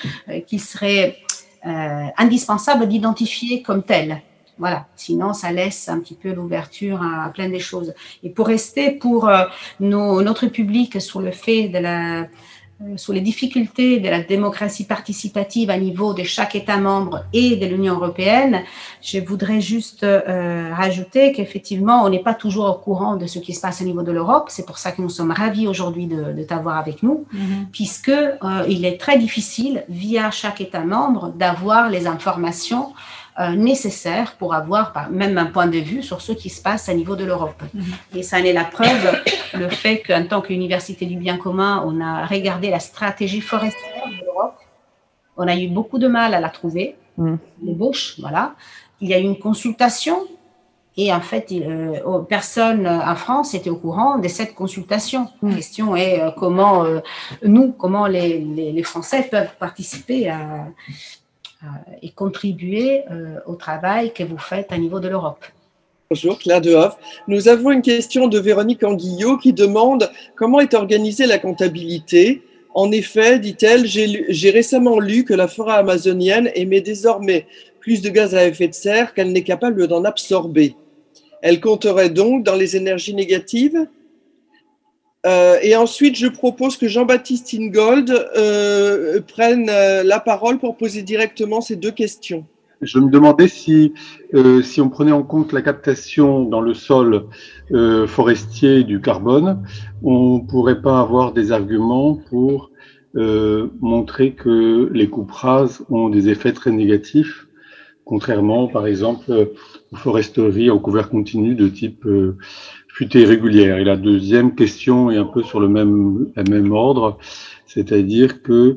indispensable d'identifier comme telles. Voilà. Sinon, ça laisse un petit peu l'ouverture à plein de choses. Et pour rester pour notre public sur le fait sur les difficultés de la démocratie participative à niveau de chaque État membre et de l'Union européenne, je voudrais juste rajouter qu'effectivement, on n'est pas toujours au courant de ce qui se passe au niveau de l'Europe. C'est pour ça que nous sommes ravis aujourd'hui de t'avoir avec nous, puisque il est très difficile, via chaque État membre, d'avoir les informations nécessaires pour avoir même un point de vue sur ce qui se passe à niveau de l'Europe. Et ça en est la preuve, le fait qu'en tant qu'Université du Bien commun, on a regardé la stratégie forestière de l'Europe. On a eu beaucoup de mal à la trouver, l'ébauche, voilà. Il y a eu une consultation et en fait, personne en France était au courant de cette consultation. La question est comment les Français peuvent participer et contribuer au travail que vous faites à niveau de l'Europe. Bonjour, Claire Dehoff. Nous avons une question de Véronique Anguillot qui demande comment est organisée la comptabilité. En effet, dit-elle, j'ai récemment lu que la forêt amazonienne émet désormais plus de gaz à effet de serre qu'elle n'est capable d'en absorber. Elle compterait donc dans les énergies négatives ? Et ensuite, je propose que Jean-Baptiste Ingold prenne la parole pour poser directement ces deux questions. Je me demandais si on prenait en compte la captation dans le sol forestier du carbone, on pourrait pas avoir des arguments pour montrer que les coupes rases ont des effets très négatifs, contrairement, par exemple, aux foresteries en couvert continu de type futée régulière. Et la deuxième question est un peu sur le même ordre, c'est-à-dire que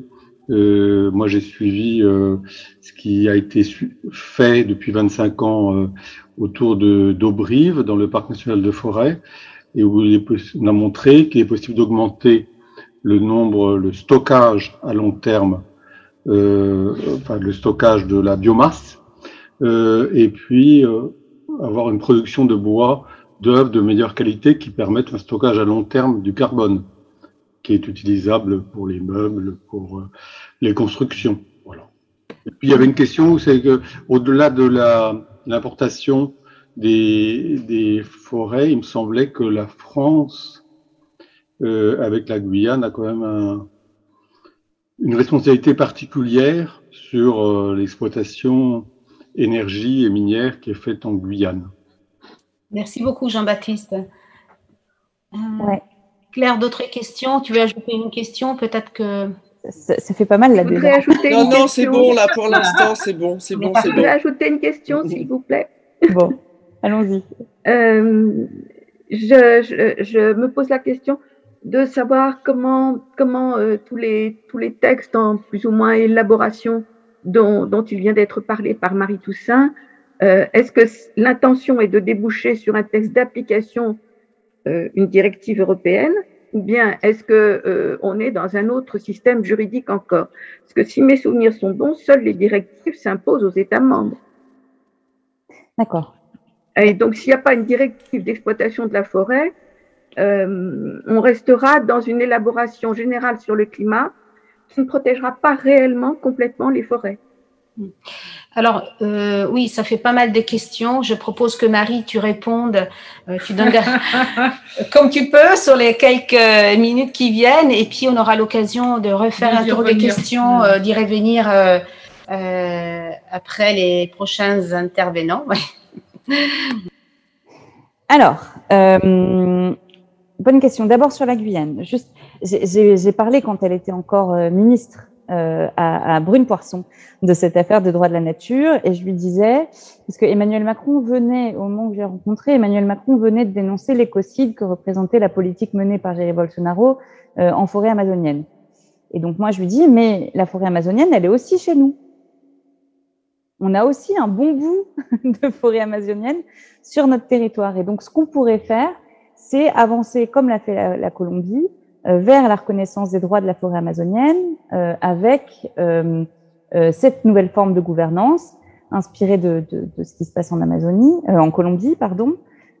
Moi, j'ai suivi ce qui a été fait depuis 25 ans autour d'Auberive, dans le parc national de Forêt, et où on a montré qu'il est possible d'augmenter le stockage à long terme, le stockage de la biomasse, et puis avoir une production de bois d'œuvres de meilleure qualité qui permettent un stockage à long terme du carbone, qui est utilisable pour les meubles, pour les constructions. Voilà. Et puis il y avait une question, c'est que au-delà de l'importation des forêts, il me semblait que la France, avec la Guyane, a quand même une responsabilité particulière sur l'exploitation énergie et minière qui est faite en Guyane. Merci beaucoup, Jean-Baptiste. Ouais. Claire, d'autres questions? Tu veux ajouter une question? Peut-être que... Ça fait pas mal là déjà. Non, c'est bon là pour l'instant, c'est bon. Je voudrais ajouter une question, s'il vous plaît. Bon, allons-y. Je me pose la question de savoir comment tous les textes en plus ou moins élaboration dont il vient d'être parlé par Marie Toussaint, est-ce que l'intention est de déboucher sur un texte d'application, une directive européenne, ou bien est-ce que on est dans un autre système juridique encore? Parce que si mes souvenirs sont bons, seules les directives s'imposent aux États membres. D'accord. Et donc, s'il n'y a pas une directive d'exploitation de la forêt, on restera dans une élaboration générale sur le climat qui ne protégera pas réellement complètement les forêts. Alors, oui, ça fait pas mal de questions. Je propose que Marie, tu répondes, tu donnes comme tu peux sur les quelques minutes qui viennent, et puis on aura l'occasion de refaire un tour des questions, d'y revenir après les prochains intervenants. Alors, bonne question. D'abord sur la Guyane. Juste, j'ai parlé quand elle était encore ministre à Brune Poirson de cette affaire de droit de la nature, et je lui disais, parce que Emmanuel Macron venait, au moment où j'ai rencontré, Emmanuel Macron venait de dénoncer l'écocide que représentait la politique menée par Jair Bolsonaro en forêt amazonienne. Et donc moi je lui dis, mais la forêt amazonienne, elle est aussi chez nous. On a aussi un bon bout de forêt amazonienne sur notre territoire. Et donc ce qu'on pourrait faire, c'est avancer comme l'a fait la Colombie, vers la reconnaissance des droits de la forêt amazonienne avec cette nouvelle forme de gouvernance inspirée de ce qui se passe en Amazonie, en Colombie, pardon.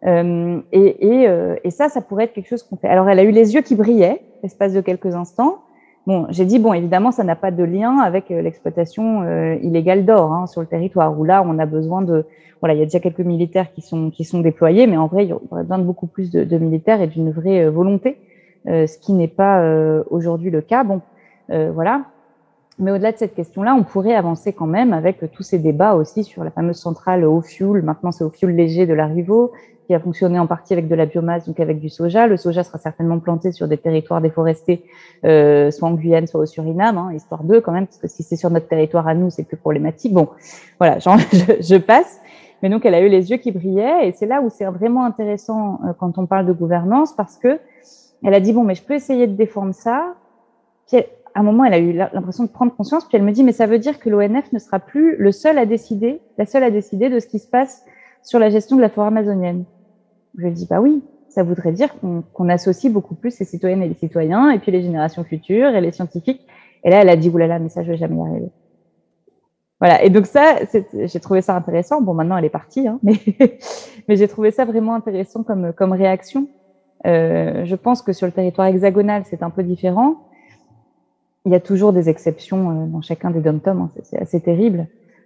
Et ça pourrait être quelque chose qu'on fait. Alors, elle a eu les yeux qui brillaient, l'espace de quelques instants. Bon, j'ai dit, bon, évidemment, ça n'a pas de lien avec l'exploitation illégale d'or sur le territoire, où là, on a besoin de... Voilà, il y a déjà quelques militaires qui sont déployés, mais en vrai, il y aurait besoin de beaucoup plus de militaires et d'une vraie volonté. Ce qui n'est pas aujourd'hui le cas. Bon, voilà. Mais au-delà de cette question-là, on pourrait avancer quand même avec tous ces débats aussi sur la fameuse centrale au fioul. Maintenant, c'est au fioul léger de Larivot, qui a fonctionné en partie avec de la biomasse, donc avec du soja. Le soja sera certainement planté sur des territoires déforestés, soit en Guyane, soit au Suriname, histoire d'eux quand même, parce que si c'est sur notre territoire à nous, c'est plus problématique. Bon, voilà, je passe. Mais donc, elle a eu les yeux qui brillaient, et c'est là où c'est vraiment intéressant quand on parle de gouvernance, parce que elle a dit, bon, mais je peux essayer de défendre ça. Puis, à un moment, elle a eu l'impression de prendre conscience. Puis, elle me dit, mais ça veut dire que l'ONF ne sera plus la seule à décider de ce qui se passe sur la gestion de la forêt amazonienne. Je lui dis, bah oui, ça voudrait dire qu'on associe beaucoup plus les citoyennes et les citoyens, et puis les générations futures et les scientifiques. Et là, elle a dit, oulala, mais ça, je vais jamais y arriver. Voilà. Et donc ça, j'ai trouvé ça intéressant. Bon, maintenant, elle est partie, mais j'ai trouvé ça vraiment intéressant comme réaction. Je pense que sur le territoire hexagonal, c'est un peu différent. Il y a toujours des exceptions dans chacun des dom-toms, c'est assez terrible.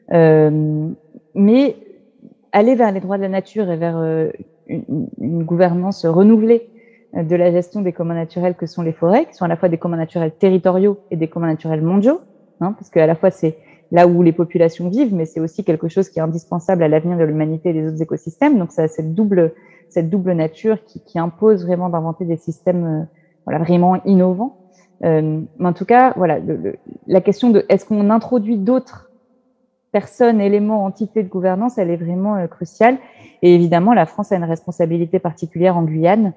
Mais aller vers les droits de la nature et vers une gouvernance renouvelée de la gestion des communs naturels que sont les forêts, qui sont à la fois des communs naturels territoriaux et des communs naturels mondiaux, parce qu'à la fois c'est là où les populations vivent, mais c'est aussi quelque chose qui est indispensable à l'avenir de l'humanité et des autres écosystèmes. Donc ça a cette double nature qui impose vraiment d'inventer des systèmes vraiment innovants. Mais en tout cas, voilà, la question de est-ce qu'on introduit d'autres personnes, éléments, entités de gouvernance, elle est vraiment cruciale. Et évidemment, la France a une responsabilité particulière en Guyane,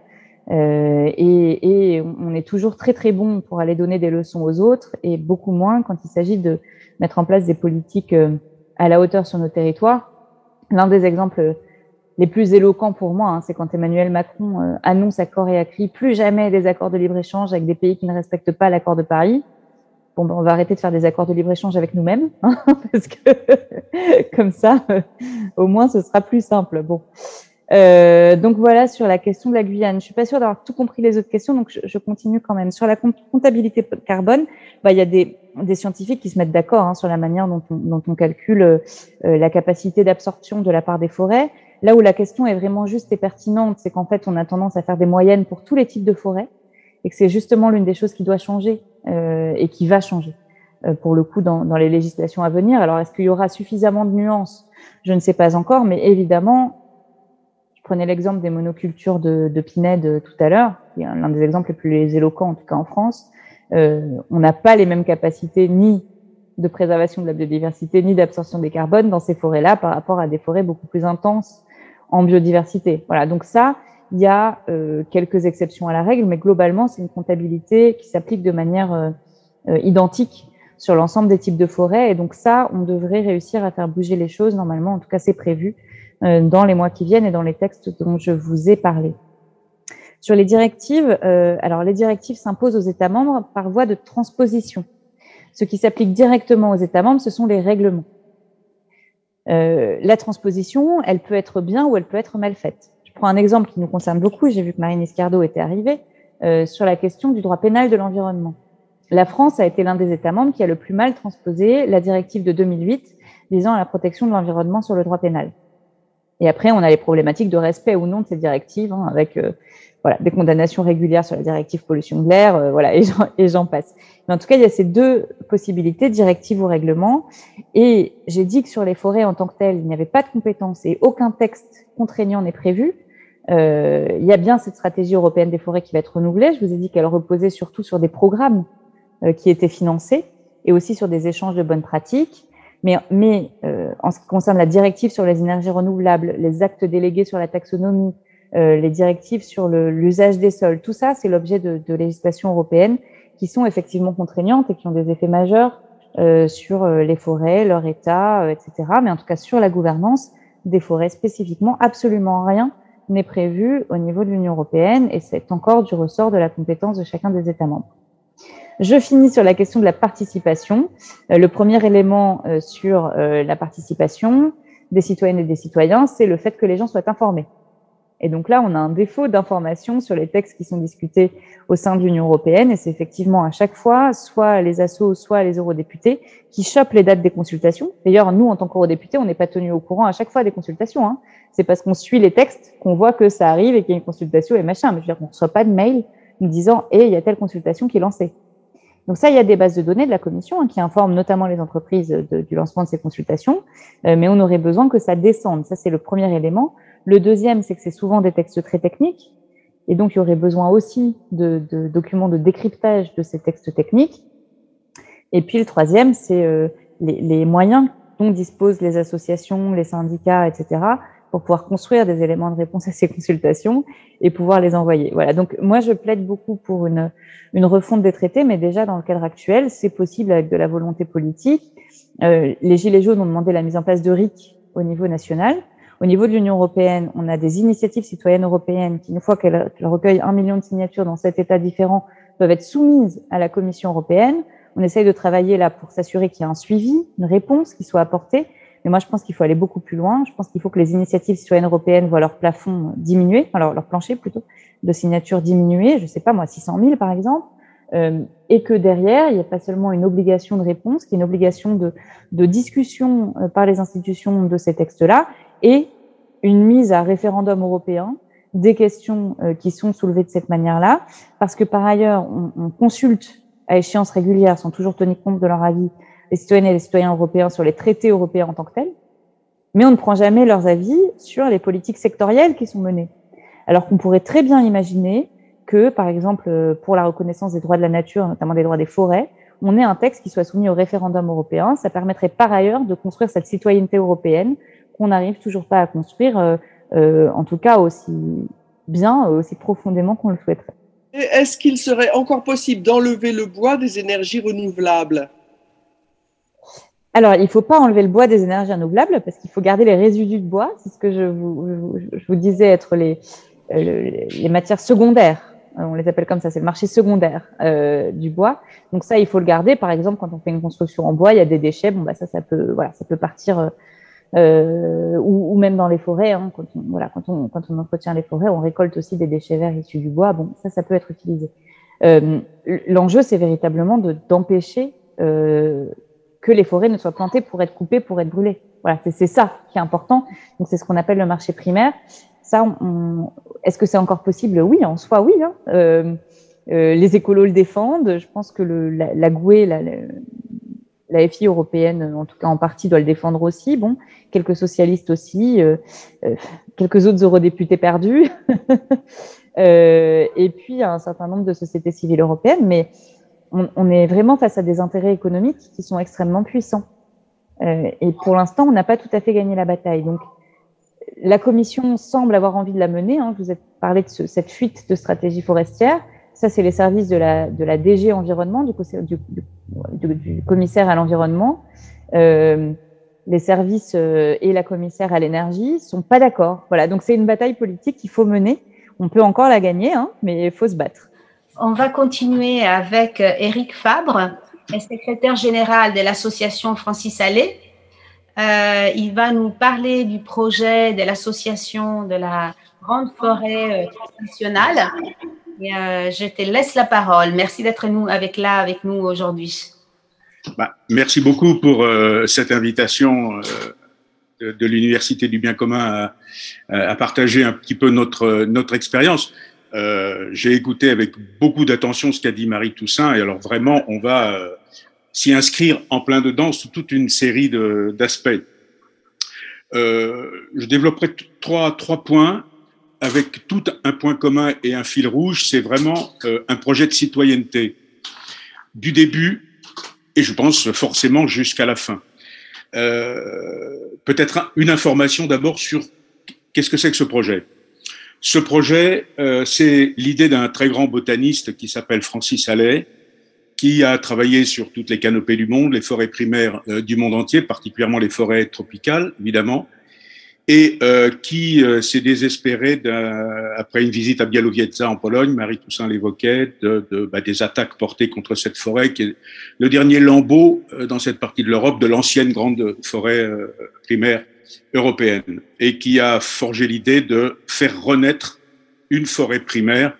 Et on est toujours très très bon pour aller donner des leçons aux autres et beaucoup moins quand il s'agit de mettre en place des politiques à la hauteur sur nos territoires. L'un des exemples les plus éloquents pour moi, c'est quand Emmanuel Macron annonce à corps et à cri plus jamais des accords de libre-échange avec des pays qui ne respectent pas l'accord de Paris. Bon, on va arrêter de faire des accords de libre-échange avec nous-mêmes, parce que comme ça, au moins, ce sera plus simple. Bon. Donc voilà sur la question de la Guyane. Je suis pas sûre d'avoir tout compris les autres questions, donc je continue quand même. Sur la comptabilité carbone, il y a des scientifiques qui se mettent d'accord sur la manière dont on calcule la capacité d'absorption de la part des forêts. Là où la question est vraiment juste et pertinente, c'est qu'en fait, on a tendance à faire des moyennes pour tous les types de forêts et que c'est justement l'une des choses qui doit changer et qui va changer pour le coup dans les législations à venir. Alors, est-ce qu'il y aura suffisamment de nuances? Je ne sais pas encore, mais évidemment, je prenais l'exemple des monocultures de pinèdes tout à l'heure, qui est l'un des exemples les plus éloquents, en tout cas en France. On n'a pas les mêmes capacités ni de préservation de la biodiversité, ni d'absorption des carbones dans ces forêts-là par rapport à des forêts beaucoup plus intenses en biodiversité. Voilà, donc ça, il y a quelques exceptions à la règle, mais globalement, c'est une comptabilité qui s'applique de manière identique sur l'ensemble des types de forêts. Et donc ça, on devrait réussir à faire bouger les choses. Normalement, en tout cas, c'est prévu dans les mois qui viennent et dans les textes dont je vous ai parlé. Sur les directives, alors les directives s'imposent aux États membres par voie de transposition. Ce qui s'applique directement aux États membres, ce sont les règlements. La transposition, elle peut être bien ou elle peut être mal faite. Je prends un exemple qui nous concerne beaucoup. J'ai vu que Marine Escardo était arrivée sur la question du droit pénal de l'environnement. La France a été l'un des États membres qui a le plus mal transposé la directive de 2008 visant à la protection de l'environnement sur le droit pénal. Et après, on a les problématiques de respect ou non de ces directives, avec des condamnations régulières sur la directive pollution de l'air, et j'en passe. Mais en tout cas, il y a ces deux possibilités, directive ou règlement. Et j'ai dit que sur les forêts en tant que telles, il n'y avait pas de compétences et aucun texte contraignant n'est prévu. Il y a bien cette stratégie européenne des forêts qui va être renouvelée. Je vous ai dit qu'elle reposait surtout sur des programmes qui étaient financés et aussi sur des échanges de bonnes pratiques. Mais en ce qui concerne la directive sur les énergies renouvelables, les actes délégués sur la taxonomie, les directives sur l'usage des sols, tout ça, c'est l'objet de législation européenne qui sont effectivement contraignantes et qui ont des effets majeurs sur les forêts, leur état, etc. Mais en tout cas, sur la gouvernance des forêts spécifiquement, absolument rien n'est prévu au niveau de l'Union européenne et c'est encore du ressort de la compétence de chacun des États membres. Je finis sur la question de la participation. Le premier élément sur la participation des citoyennes et des citoyens, c'est le fait que les gens soient informés. Et donc là, on a un défaut d'information sur les textes qui sont discutés au sein de l'Union européenne et c'est effectivement à chaque fois, soit les assos, soit les eurodéputés qui chopent les dates des consultations. D'ailleurs, nous, en tant qu'eurodéputés, on n'est pas tenus au courant à chaque fois des consultations. C'est parce qu'on suit les textes qu'on voit que ça arrive et qu'il y a une consultation et machin. Mais je veux dire, on ne reçoit pas de mail nous disant « il y a telle consultation qui est lancée ». Donc ça, il y a des bases de données de la Commission qui informent notamment les entreprises du lancement de ces consultations, mais on aurait besoin que ça descende. Ça, c'est le premier élément. Le deuxième, c'est que c'est souvent des textes très techniques, et donc il y aurait besoin aussi de documents de décryptage de ces textes techniques. Et puis le troisième, c'est les moyens dont disposent les associations, les syndicats, etc., pour pouvoir construire des éléments de réponse à ces consultations et pouvoir les envoyer. Voilà. Donc moi, je plaide beaucoup pour une refonte des traités, mais déjà dans le cadre actuel, c'est possible avec de la volonté politique. Les Gilets jaunes ont demandé la mise en place de RIC au niveau national. Au niveau de l'Union européenne, on a des initiatives citoyennes européennes qui, une fois qu'elles recueillent 1 million de signatures dans 7 États différents, peuvent être soumises à la Commission européenne. On essaye de travailler là pour s'assurer qu'il y a un suivi, une réponse qui soit apportée. Mais moi, je pense qu'il faut aller beaucoup plus loin. Je pense qu'il faut que les initiatives citoyennes européennes voient leur plafond diminuer, enfin leur plancher plutôt, de signatures diminuer, je sais pas moi, 600 000 par exemple, et que derrière, il n'y a pas seulement une obligation de réponse, qu'il y ait une obligation de discussion par les institutions de ces textes-là, et une mise à référendum européen des questions qui sont soulevées de cette manière-là, parce que par ailleurs, on consulte à échéance régulière, sans toujours tenir compte de leur avis, les citoyennes et les citoyens européens sur les traités européens en tant que tels, mais on ne prend jamais leurs avis sur les politiques sectorielles qui sont menées. Alors qu'on pourrait très bien imaginer que, par exemple, pour la reconnaissance des droits de la nature, notamment des droits des forêts, on ait un texte qui soit soumis au référendum européen. Ça permettrait par ailleurs de construire cette citoyenneté européenne qu'on n'arrive toujours pas à construire, en tout cas aussi bien aussi profondément qu'on le souhaiterait. Et est-ce qu'il serait encore possible d'enlever le bois des énergies renouvelables? Alors, il ne faut pas enlever le bois des énergies renouvelables parce qu'il faut garder les résidus de bois. C'est ce que je vous disais être les matières secondaires. On les appelle comme ça, c'est le marché secondaire du bois. Donc ça, il faut le garder. Par exemple, quand on fait une construction en bois, il y a des déchets. Bon, bah ça peut partir. Ou même dans les forêts, hein, quand on entretient les forêts, on récolte aussi des déchets verts issus du bois. Bon, ça peut être utilisé. L'enjeu, c'est véritablement d'empêcher que les forêts ne soient plantées pour être coupées, pour être brûlées. Voilà, c'est ça qui est important. Donc, c'est ce qu'on appelle le marché primaire. Ça, est-ce que c'est encore possible? Oui, en soi, oui. Hein. Les écolos le défendent. Je pense que la GUE, la FI européenne, en tout cas en partie, doit le défendre aussi. Bon, quelques socialistes aussi, quelques autres eurodéputés perdus, et puis un certain nombre de sociétés civiles européennes. Mais on est vraiment face à des intérêts économiques qui sont extrêmement puissants. Et pour l'instant, on n'a pas tout à fait gagné la bataille. Donc, la Commission semble avoir envie de la mener. Hein. Je vous ai parlé de cette fuite de stratégie forestière. Ça, c'est les services de la DG Environnement, du commissaire à l'environnement. Les services et la commissaire à l'énergie sont pas d'accord. Voilà, donc c'est une bataille politique qu'il faut mener. On peut encore la gagner, hein, mais il faut se battre. On va continuer avec Éric Fabre, secrétaire général de l'association Francis Allais. Il va nous parler du projet de l'association de la Grande Forêt Transnationale. Et, je te laisse la parole. Merci d'être avec nous aujourd'hui. Merci beaucoup pour cette invitation de l'Université du Bien Commun à partager un petit peu notre expérience. J'ai écouté avec beaucoup d'attention ce qu'a dit Marie Toussaint, et alors vraiment, on va s'y inscrire en plein dedans sous toute une série d'aspects. Je développerai trois points avec tout un point commun et un fil rouge. C'est vraiment un projet de citoyenneté du début et je pense forcément jusqu'à la fin. Peut-être une information d'abord sur qu'est-ce que c'est que ce projet. Ce projet, c'est l'idée d'un très grand botaniste qui s'appelle Francis Allais, qui a travaillé sur toutes les canopées du monde, les forêts primaires du monde entier, particulièrement les forêts tropicales, évidemment, et qui s'est désespéré après une visite à Białowieża en Pologne, Marie Toussaint l'évoquait, des attaques portées contre cette forêt, qui est le dernier lambeau dans cette partie de l'Europe de l'ancienne grande forêt primaire européenne, et qui a forgé l'idée de faire renaître une forêt primaire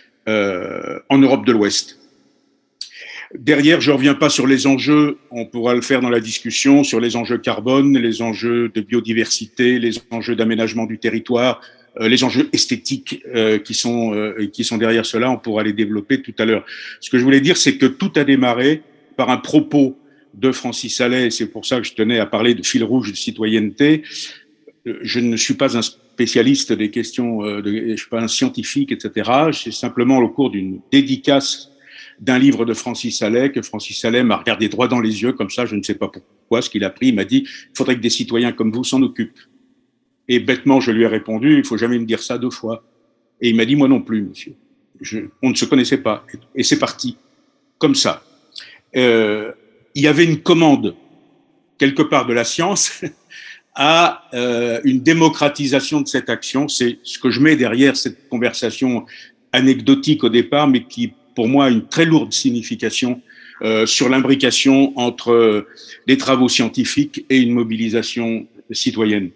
en Europe de l'Ouest. Derrière, je ne reviens pas sur les enjeux, on pourra le faire dans la discussion, sur les enjeux carbone, les enjeux de biodiversité, les enjeux d'aménagement du territoire, les enjeux esthétiques qui sont derrière cela, on pourra les développer tout à l'heure. Ce que je voulais dire, c'est que tout a démarré par un propos de Francis Allais, et c'est pour ça que je tenais à parler de fil rouge de citoyenneté. Je ne suis pas un spécialiste des questions, je ne suis pas un scientifique, etc. C'est simplement au cours d'une dédicace d'un livre de Francis Allais, que Francis Allais m'a regardé droit dans les yeux, comme ça, je ne sais pas pourquoi, ce qu'il a pris, il m'a dit, il faudrait que des citoyens comme vous s'en occupent. Et bêtement, je lui ai répondu, il faut jamais me dire ça 2 fois. Et il m'a dit, moi non plus, monsieur. On ne se connaissait pas. Et c'est parti. Comme ça. Il y avait une commande, quelque part de la science, à une démocratisation de cette action. C'est ce que je mets derrière cette conversation anecdotique au départ, mais qui, pour moi, a une très lourde signification sur l'imbrication entre les travaux scientifiques et une mobilisation citoyenne.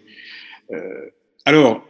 Alors,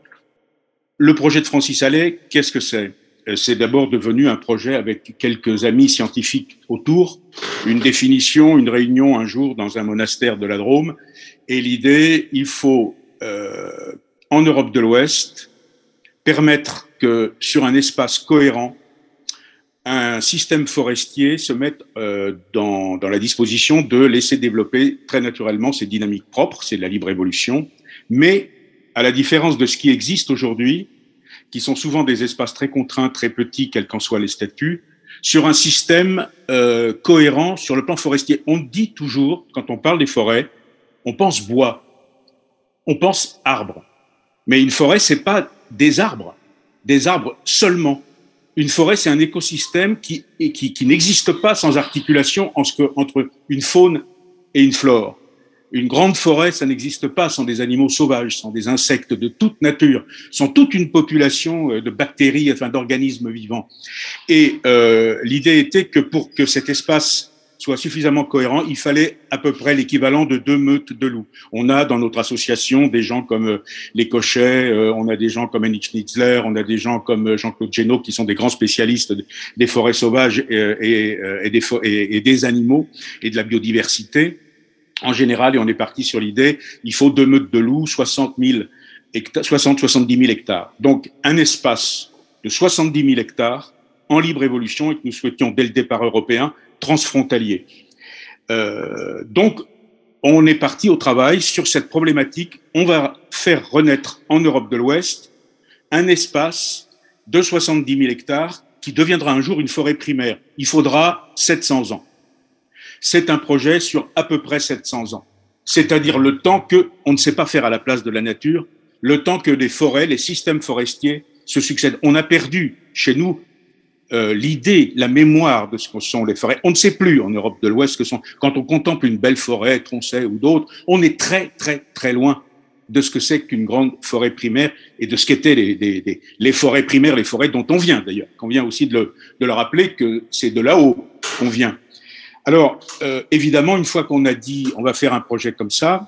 le projet de Francis Allais, qu'est-ce que c'est ? C'est d'abord devenu un projet avec quelques amis scientifiques autour, une définition, une réunion un jour dans un monastère de la Drôme, et l'idée, il faut, en Europe de l'Ouest, permettre que sur un espace cohérent, un système forestier se mette dans la disposition de laisser développer très naturellement ses dynamiques propres, c'est de la libre évolution, mais à la différence de ce qui existe aujourd'hui, qui sont souvent des espaces très contraints, très petits, quels qu'en soient les statuts, sur un système cohérent sur le plan forestier. On dit toujours, quand on parle des forêts, on pense bois, on pense arbres. Mais une forêt, c'est pas des arbres. des arbres seulement. Une forêt, c'est un écosystème qui n'existe pas sans articulation entre une faune et une flore. Une grande forêt, ça n'existe pas sans des animaux sauvages, sans des insectes de toute nature, sans toute une population de bactéries, enfin d'organismes vivants. Et l'idée était que pour que cet espace soit suffisamment cohérent, il fallait à peu près l'équivalent de 2 meutes de loups. On a dans notre association des gens comme les Cochets, on a des gens comme Henning Schnitzler, on a des gens comme Jean-Claude Génaud qui sont des grands spécialistes des forêts sauvages et des animaux et de la biodiversité. En général, et on est parti sur l'idée, il faut 2 meutes de loups, 70 000 hectares. Donc, un espace de 70 000 hectares en libre évolution et que nous souhaitions, dès le départ européen, transfrontalier. Donc, on est parti au travail sur cette problématique. On va faire renaître en Europe de l'Ouest un espace de 70 000 hectares qui deviendra un jour une forêt primaire. Il faudra 700 ans. C'est un projet sur à peu près 700 ans. C'est-à-dire le temps que on ne sait pas faire à la place de la nature, le temps que les forêts, les systèmes forestiers se succèdent. On a perdu chez nous l'idée, la mémoire de ce que sont les forêts. On ne sait plus en Europe de l'Ouest que sont. Quand on contemple une belle forêt, Tronchet ou d'autres, on est très très très loin de ce que c'est qu'une grande forêt primaire et de ce qu'étaient les forêts primaires, les forêts dont on vient d'ailleurs. Qu'on vient aussi de le rappeler que c'est de là-haut qu'on vient. Alors, évidemment, une fois qu'on a dit on va faire un projet comme ça,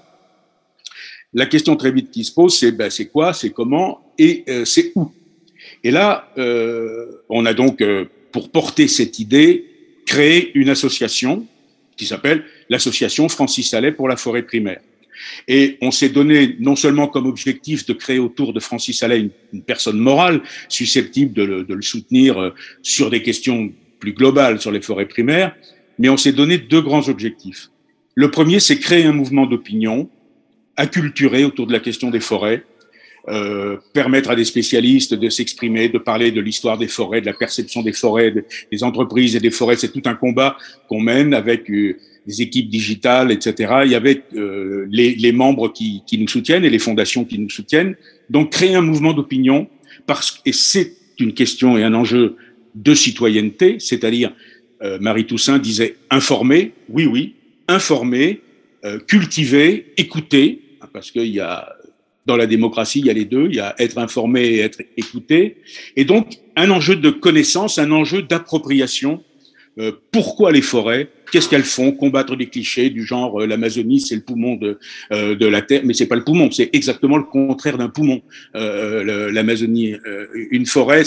la question très vite qui se pose, c'est quoi, c'est comment et c'est où. Et là, on a donc, pour porter cette idée, créé une association qui s'appelle l'Association Francis Allais pour la forêt primaire. Et on s'est donné non seulement comme objectif de créer autour de Francis Allais une personne morale susceptible de le soutenir sur des questions plus globales sur les forêts primaires, mais on s'est donné 2 grands objectifs. Le premier, c'est créer un mouvement d'opinion acculturé autour de la question des forêts, permettre à des spécialistes de s'exprimer, de parler de l'histoire des forêts, de la perception des forêts, des entreprises et des forêts. C'est tout un combat qu'on mène avec des équipes digitales, etc. Il y avait les membres qui nous soutiennent et les fondations qui nous soutiennent. Donc, créer un mouvement d'opinion, et c'est une question et un enjeu de citoyenneté, c'est-à-dire, Marie Toussaint disait informer, oui, informer, cultiver, écouter, parce qu'il y a dans la démocratie, il y a les deux, il y a être informé et être écouté, et donc un enjeu de connaissance, un enjeu d'appropriation. Pourquoi les forêts? Qu'est-ce qu'elles font? Combattre des clichés du genre l'Amazonie, c'est le poumon de la Terre, mais c'est pas le poumon, c'est exactement le contraire d'un poumon. L'Amazonie, une forêt,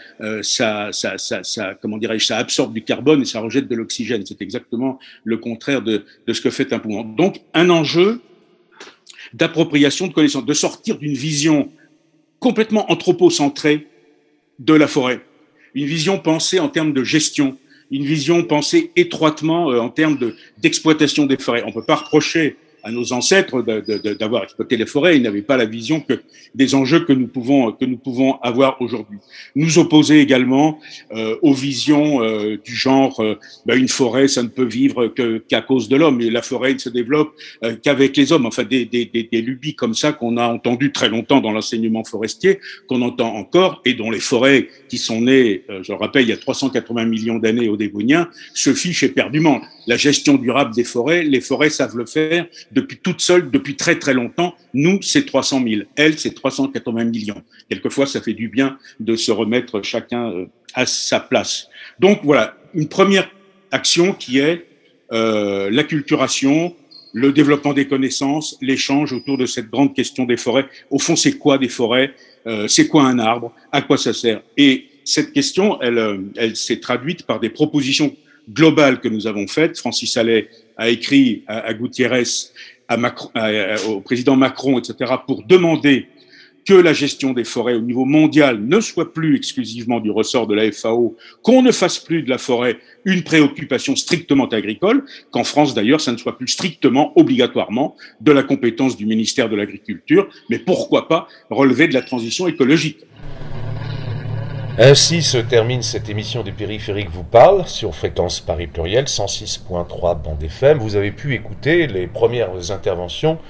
comment dirais-je, ça absorbe du carbone et ça rejette de l'oxygène. C'est exactement le contraire de ce que fait un poumon. Donc, un enjeu d'appropriation de connaissances, de sortir d'une vision complètement anthropocentrée de la forêt, une vision pensée en termes de gestion, une vision pensée étroitement en termes d'exploitation des forêts. On ne peut pas reprocher à nos ancêtres d'avoir exploité les forêts. Ils n'avaient pas la vision des enjeux que nous pouvons avoir aujourd'hui. Nous opposer également aux visions du genre une forêt, ça ne peut vivre qu'à cause de l'homme, et la forêt ne se développe qu'avec les hommes. Enfin, des lubies comme ça qu'on a entendues très longtemps dans l'enseignement forestier, qu'on entend encore, et dont les forêts qui sont nées, je le rappelle, il y a 380 millions d'années au Dévonien, se fichent éperdument. La gestion durable des forêts, les forêts savent le faire depuis toutes seules, depuis très très longtemps. Nous, c'est 300 000. Elles, c'est 380 millions. Quelquefois, ça fait du bien de se remettre chacun à sa place. Donc voilà, une première action qui est l'acculturation, le développement des connaissances, l'échange autour de cette grande question des forêts. Au fond, c'est quoi des forêts? C'est quoi un arbre? À quoi ça sert? Et cette question, elle s'est traduite par des propositions globale que nous avons faite. Francis Allais a écrit à Gutiérrez, au président Macron, etc., pour demander que la gestion des forêts au niveau mondial ne soit plus exclusivement du ressort de la FAO, qu'on ne fasse plus de la forêt une préoccupation strictement agricole, qu'en France d'ailleurs, ça ne soit plus strictement, obligatoirement, de la compétence du ministère de l'Agriculture, mais pourquoi pas relever de la transition écologique. Ainsi se termine cette émission des Périphériques vous parle sur Fréquence Paris Pluriel 106.3 bande FM. Vous avez pu écouter les premières interventions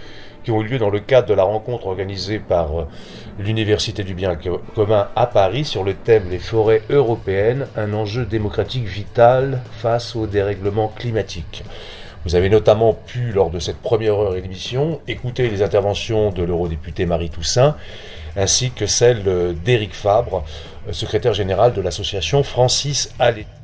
qui ont eu lieu dans le cadre de la rencontre organisée par l'Université du bien commun à Paris sur le thème « Les forêts européennes, un enjeu démocratique vital face au dérèglement climatique ». Vous avez notamment pu, lors de cette première heure d'émission, écouter les interventions de l'eurodéputé Marie Toussaint, ainsi que celle d'Éric Fabre, secrétaire général de l'association Francis Allais.